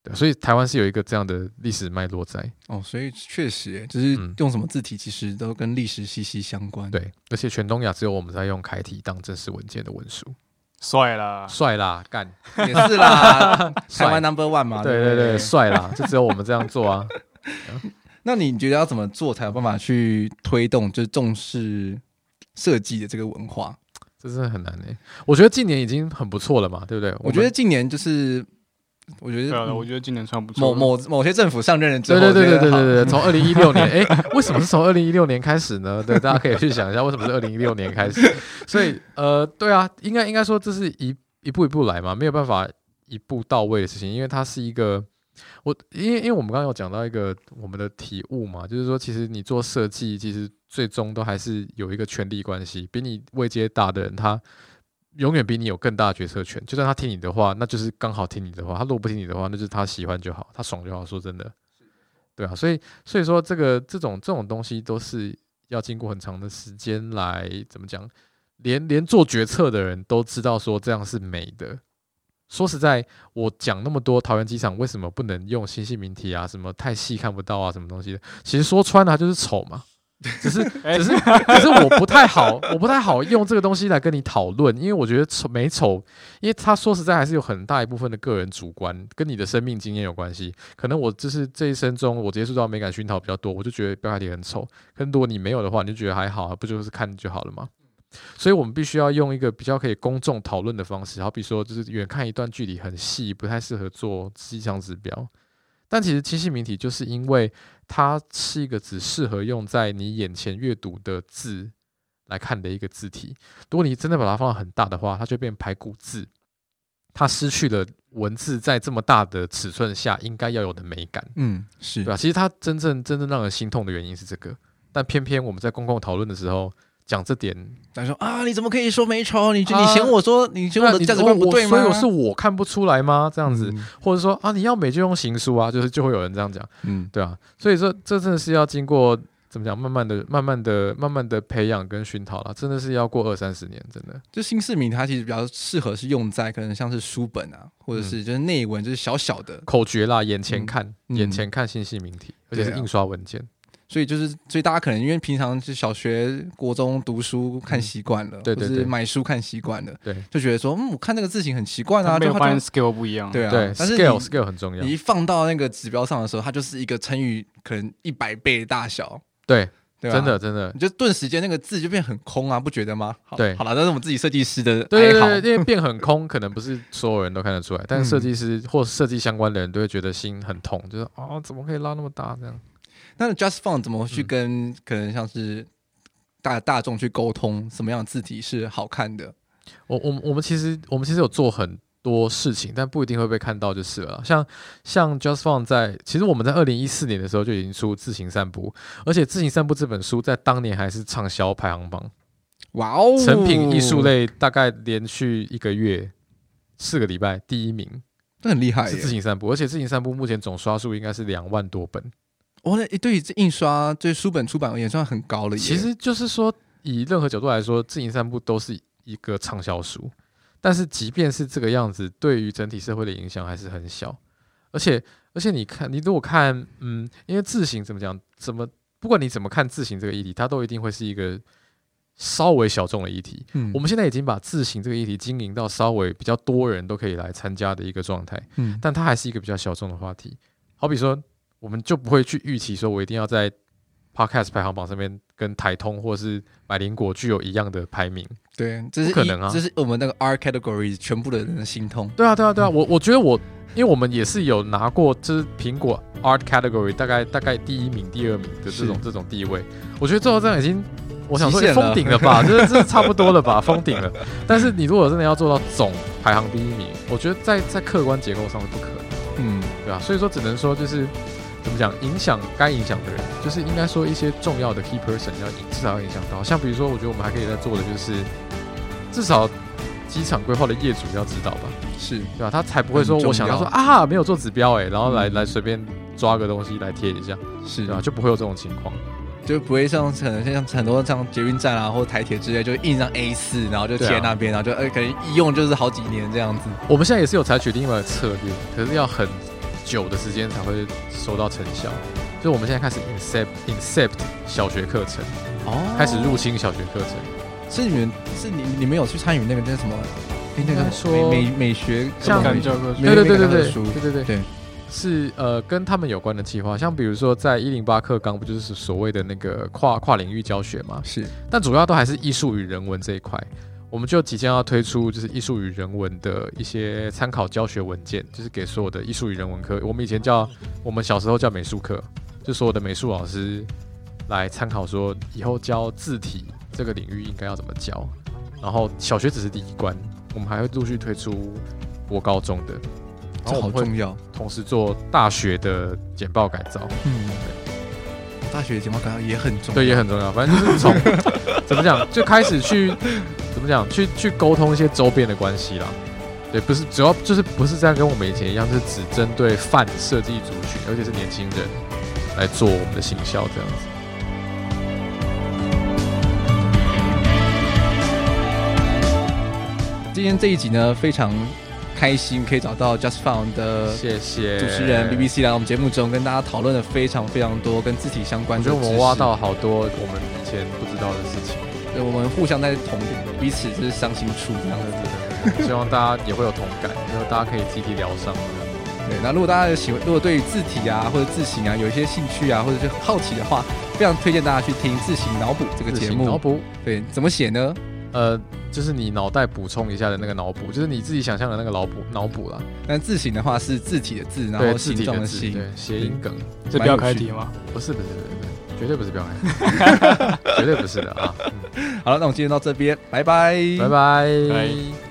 对，所以台湾是有一个这样的历史脉络在。 哦，所以确实就是用什么字体其实都跟历史息息相关。 对，而且全东亚只有我们在用楷体当正式文件的文书。 帅啦， 帅啦，干也是啦，台湾 number one 嘛。 对对对，帅啦，就只有我们这样做啊。 那你觉得要怎么做才有办法去推动，就是重视设计的这个文化？ 这真的很难诶、欸。我觉得近年已经很不错了嘛，对不对？ 我觉得近年就是，我觉得， 对啊，我觉得今年算不错。 某某某些政府上任了之后， 对对对对对对对，从二零一六年，哎、欸，为什么是从二零一六年开始呢？对，大家可以去想一下，为什么是二零一六年开始？所以，呃，对啊，应该应该说这是一一步一步来嘛，没有办法一步到位的事情，因为它是一个。我因为因为我们刚刚有讲到一个我们的体悟嘛，就是说其实你做设计，其实最终都还是有一个权力关系，比你位阶大的人，他永远比你有更大的决策权。就算他听你的话，那就是刚好听你的话；他如果不听你的话，那就是他喜欢就好，他爽就好。说真的，对啊，所以所以说这个这种这种东西都是要经过很长的时间来怎么讲，连连做决策的人都知道说这样是美的。说实在，我讲那么多桃园机场为什么不能用新细明体啊，什么太细看不到啊，什么东西的，其实说穿了它就是丑嘛，只是只是只是我不太好，我不太好用这个东西来跟你讨论，因为我觉得丑美丑，因为他说实在还是有很大一部分的个人主观，跟你的生命经验有关系。可能我就是这一生中我接触到美感熏陶比较多，我就觉得标楷体很丑，可是如果你没有的话，你就觉得还好，不就是看就好了吗？所以我们必须要用一个比较可以公众讨论的方式，好比说就是远看一段距离很细，不太适合做机场指标。但其实清晰明体就是因为它是一个只适合用在你眼前阅读的字来看的一个字体。如果你真的把它放到很大的话，它就变排骨字，它失去了文字在这么大的尺寸下应该要有的美感。 嗯，是对吧？其实它真正真正让人心痛的原因是这个，但偏偏我们在公共讨论的时候。讲这点， 他说啊，你怎么可以说美丑？你、啊、你嫌我说你嫌我的价值观不对吗？ 所以我是我看不出来吗？这样子，嗯、或者说啊，你要美就用行书啊，就是就会有人这样讲，嗯，对啊。所以说这真的是要经过怎么讲，慢慢的、慢慢的、慢慢的培养跟熏陶啦，真的是要过二三十年，真的。 就新式明它其实比较适合是用在可能像是书本啊，或者是就是内文，就是小小的、嗯、 口诀啦，眼前看，嗯、眼前看新细明体，而且是印刷文件。 所以就是，所以大家可能因为平常是小学、国中读书看习惯了，嗯、对对对，或是买书看习惯了，对，就觉得说，嗯，我看那个字形很奇怪啊， 没有发现 scale 不一样， 对啊， 对， 但是 scale scale 很重要。 你一放到那个指标上的时候，它就是一个乘以可能一百倍的大小， 对， 对、啊， 真的真的， 你就顿时间那个字就变很空啊，不觉得吗？好对， 好了，那是我们自己设计师的哀嚎， 对对对，因为变很空，可能不是所有人都看得出来，但是设计师或设计相关的人都会觉得心很痛，就是哦，怎么可以拉那么大这样？ 那 Just Font 怎么去跟可能像是大大众去沟通，什么样的字体是好看的？ 我我们我们其实我们其实有做很多事情，但不一定会被看到就是了。像像 Just Font 在其实我们在二零一四年的时候就已经出《自行散步》，而且《自行散步》这本书在当年还是畅销排行榜， 哇哦！ 成品艺术类大概连续一个月四个礼拜第一名， 这很厉害耶。 是《自行散步》，而且《自行散步》目前总刷数应该是两万多本。 哦，那对于这印刷对书本出版而言算很高了耶。 其实就是说，以任何角度来说，《自行散步》都是一个畅销书，但是即便是这个样子，对于整体社会的影响还是很小。而且，而且你看，你如果看，嗯，因为字形怎么讲，怎么不管你怎么看字形这个议题，它都一定会是一个稍微小众的议题。嗯，我们现在已经把字形这个议题经营到稍微比较多人都可以来参加的一个状态。嗯，但它还是一个比较小众的话题。好比说。我们就不会去预期说，我一定要在 Podcast 排行榜上面跟台通或是百灵果具有一样的排名。 对，这是不可能啊！ 这是我们那个 R category 全部的人的心痛。 对啊，对啊，对啊！我我觉得我，因为我们也是有拿过，就是苹果 Art category 大概大概第一名、第二名的这种这种地位。我觉得最后这样已经，我想说封顶了吧，就是这是差不多了吧，封顶了。但是你如果真的要做到总排行第一名，我觉得在在客观结构上是不可能。嗯，对啊，所以说只能说就是。怎么讲？影响该影响的人，就是应该说一些重要的 key person 要至少要影响到。像比如说，我觉得我们还可以再做的就是，至少机场规划的业主要知道吧， 是对吧？他才不会说我想到说啊没有做指标哎、欸，然后来、嗯、来随便抓个东西来贴一下， 是对吧？就不会有这种情况， 就不会像可能像很多像捷运站啊或台铁之类，就印上 A 四，然后就贴那边，啊、然后就呃可能一用就是好几年这样子。 我们现在也是有采取另外的策略，可是要很。 久的时间才会收到成效。所以我们现在开始 incept incept 小学课程，哦，开始入侵小学课程。 是你们是你你们有去参与那个那什么？哎，那个说美美学像教科书， 对对对对对对对对对，是呃跟他们有关的计划。像比如说在一零八课纲，不就是所谓的那个跨跨领域教学嘛？ 是， 但主要都还是艺术与人文这一块。我们就即将要推出就是艺术与人文的一些参考教学文件，就是给所有的艺术与人文科。我们以前叫我们小时候叫美术课，就所有的美术老师来参考，说以后教字体这个领域应该要怎么教。然后小学只是第一关，我们还会陆续推出国高中的， 这好重要。 同时做大学的简报改造，嗯， 对，大学的简报改造也很重要， 对，也很重要。反正就是从怎么讲，就开始去怎么讲，去去沟通一些周边的关系啦。对，不是主要就是不是在跟我们以前一样，是只针对泛设计族群，而且是年轻人来做我们的行销这样子。 今天这一集呢，非常开心可以找到 Just Found 的谢谢主持人 B B C 来我们节目中跟大家讨论了非常非常多跟字体相关的知识。 我觉得我们挖到好多我们以前不知道的事情， 对，我们互相在同彼此就是伤心处这样子。希望大家也会有同感，然后大家可以集体疗伤。 对，那如果大家喜欢，如果对于字体啊或者字形啊有一些兴趣啊，或者是好奇的话，非常推荐大家去听《字形脑补》这个节目。 脑补， 对，怎么写呢？ 呃，就是你脑袋补充一下的那个脑补，就是你自己想象的那个脑补脑补啦。 但字形的话是字体的字，然后形状的形， 对，谐音梗。 这标开题吗？ 不是不是不是，绝对不是标开题，绝对不是的啊。 好了，那我们今天到这边，拜拜， 拜拜。 拜。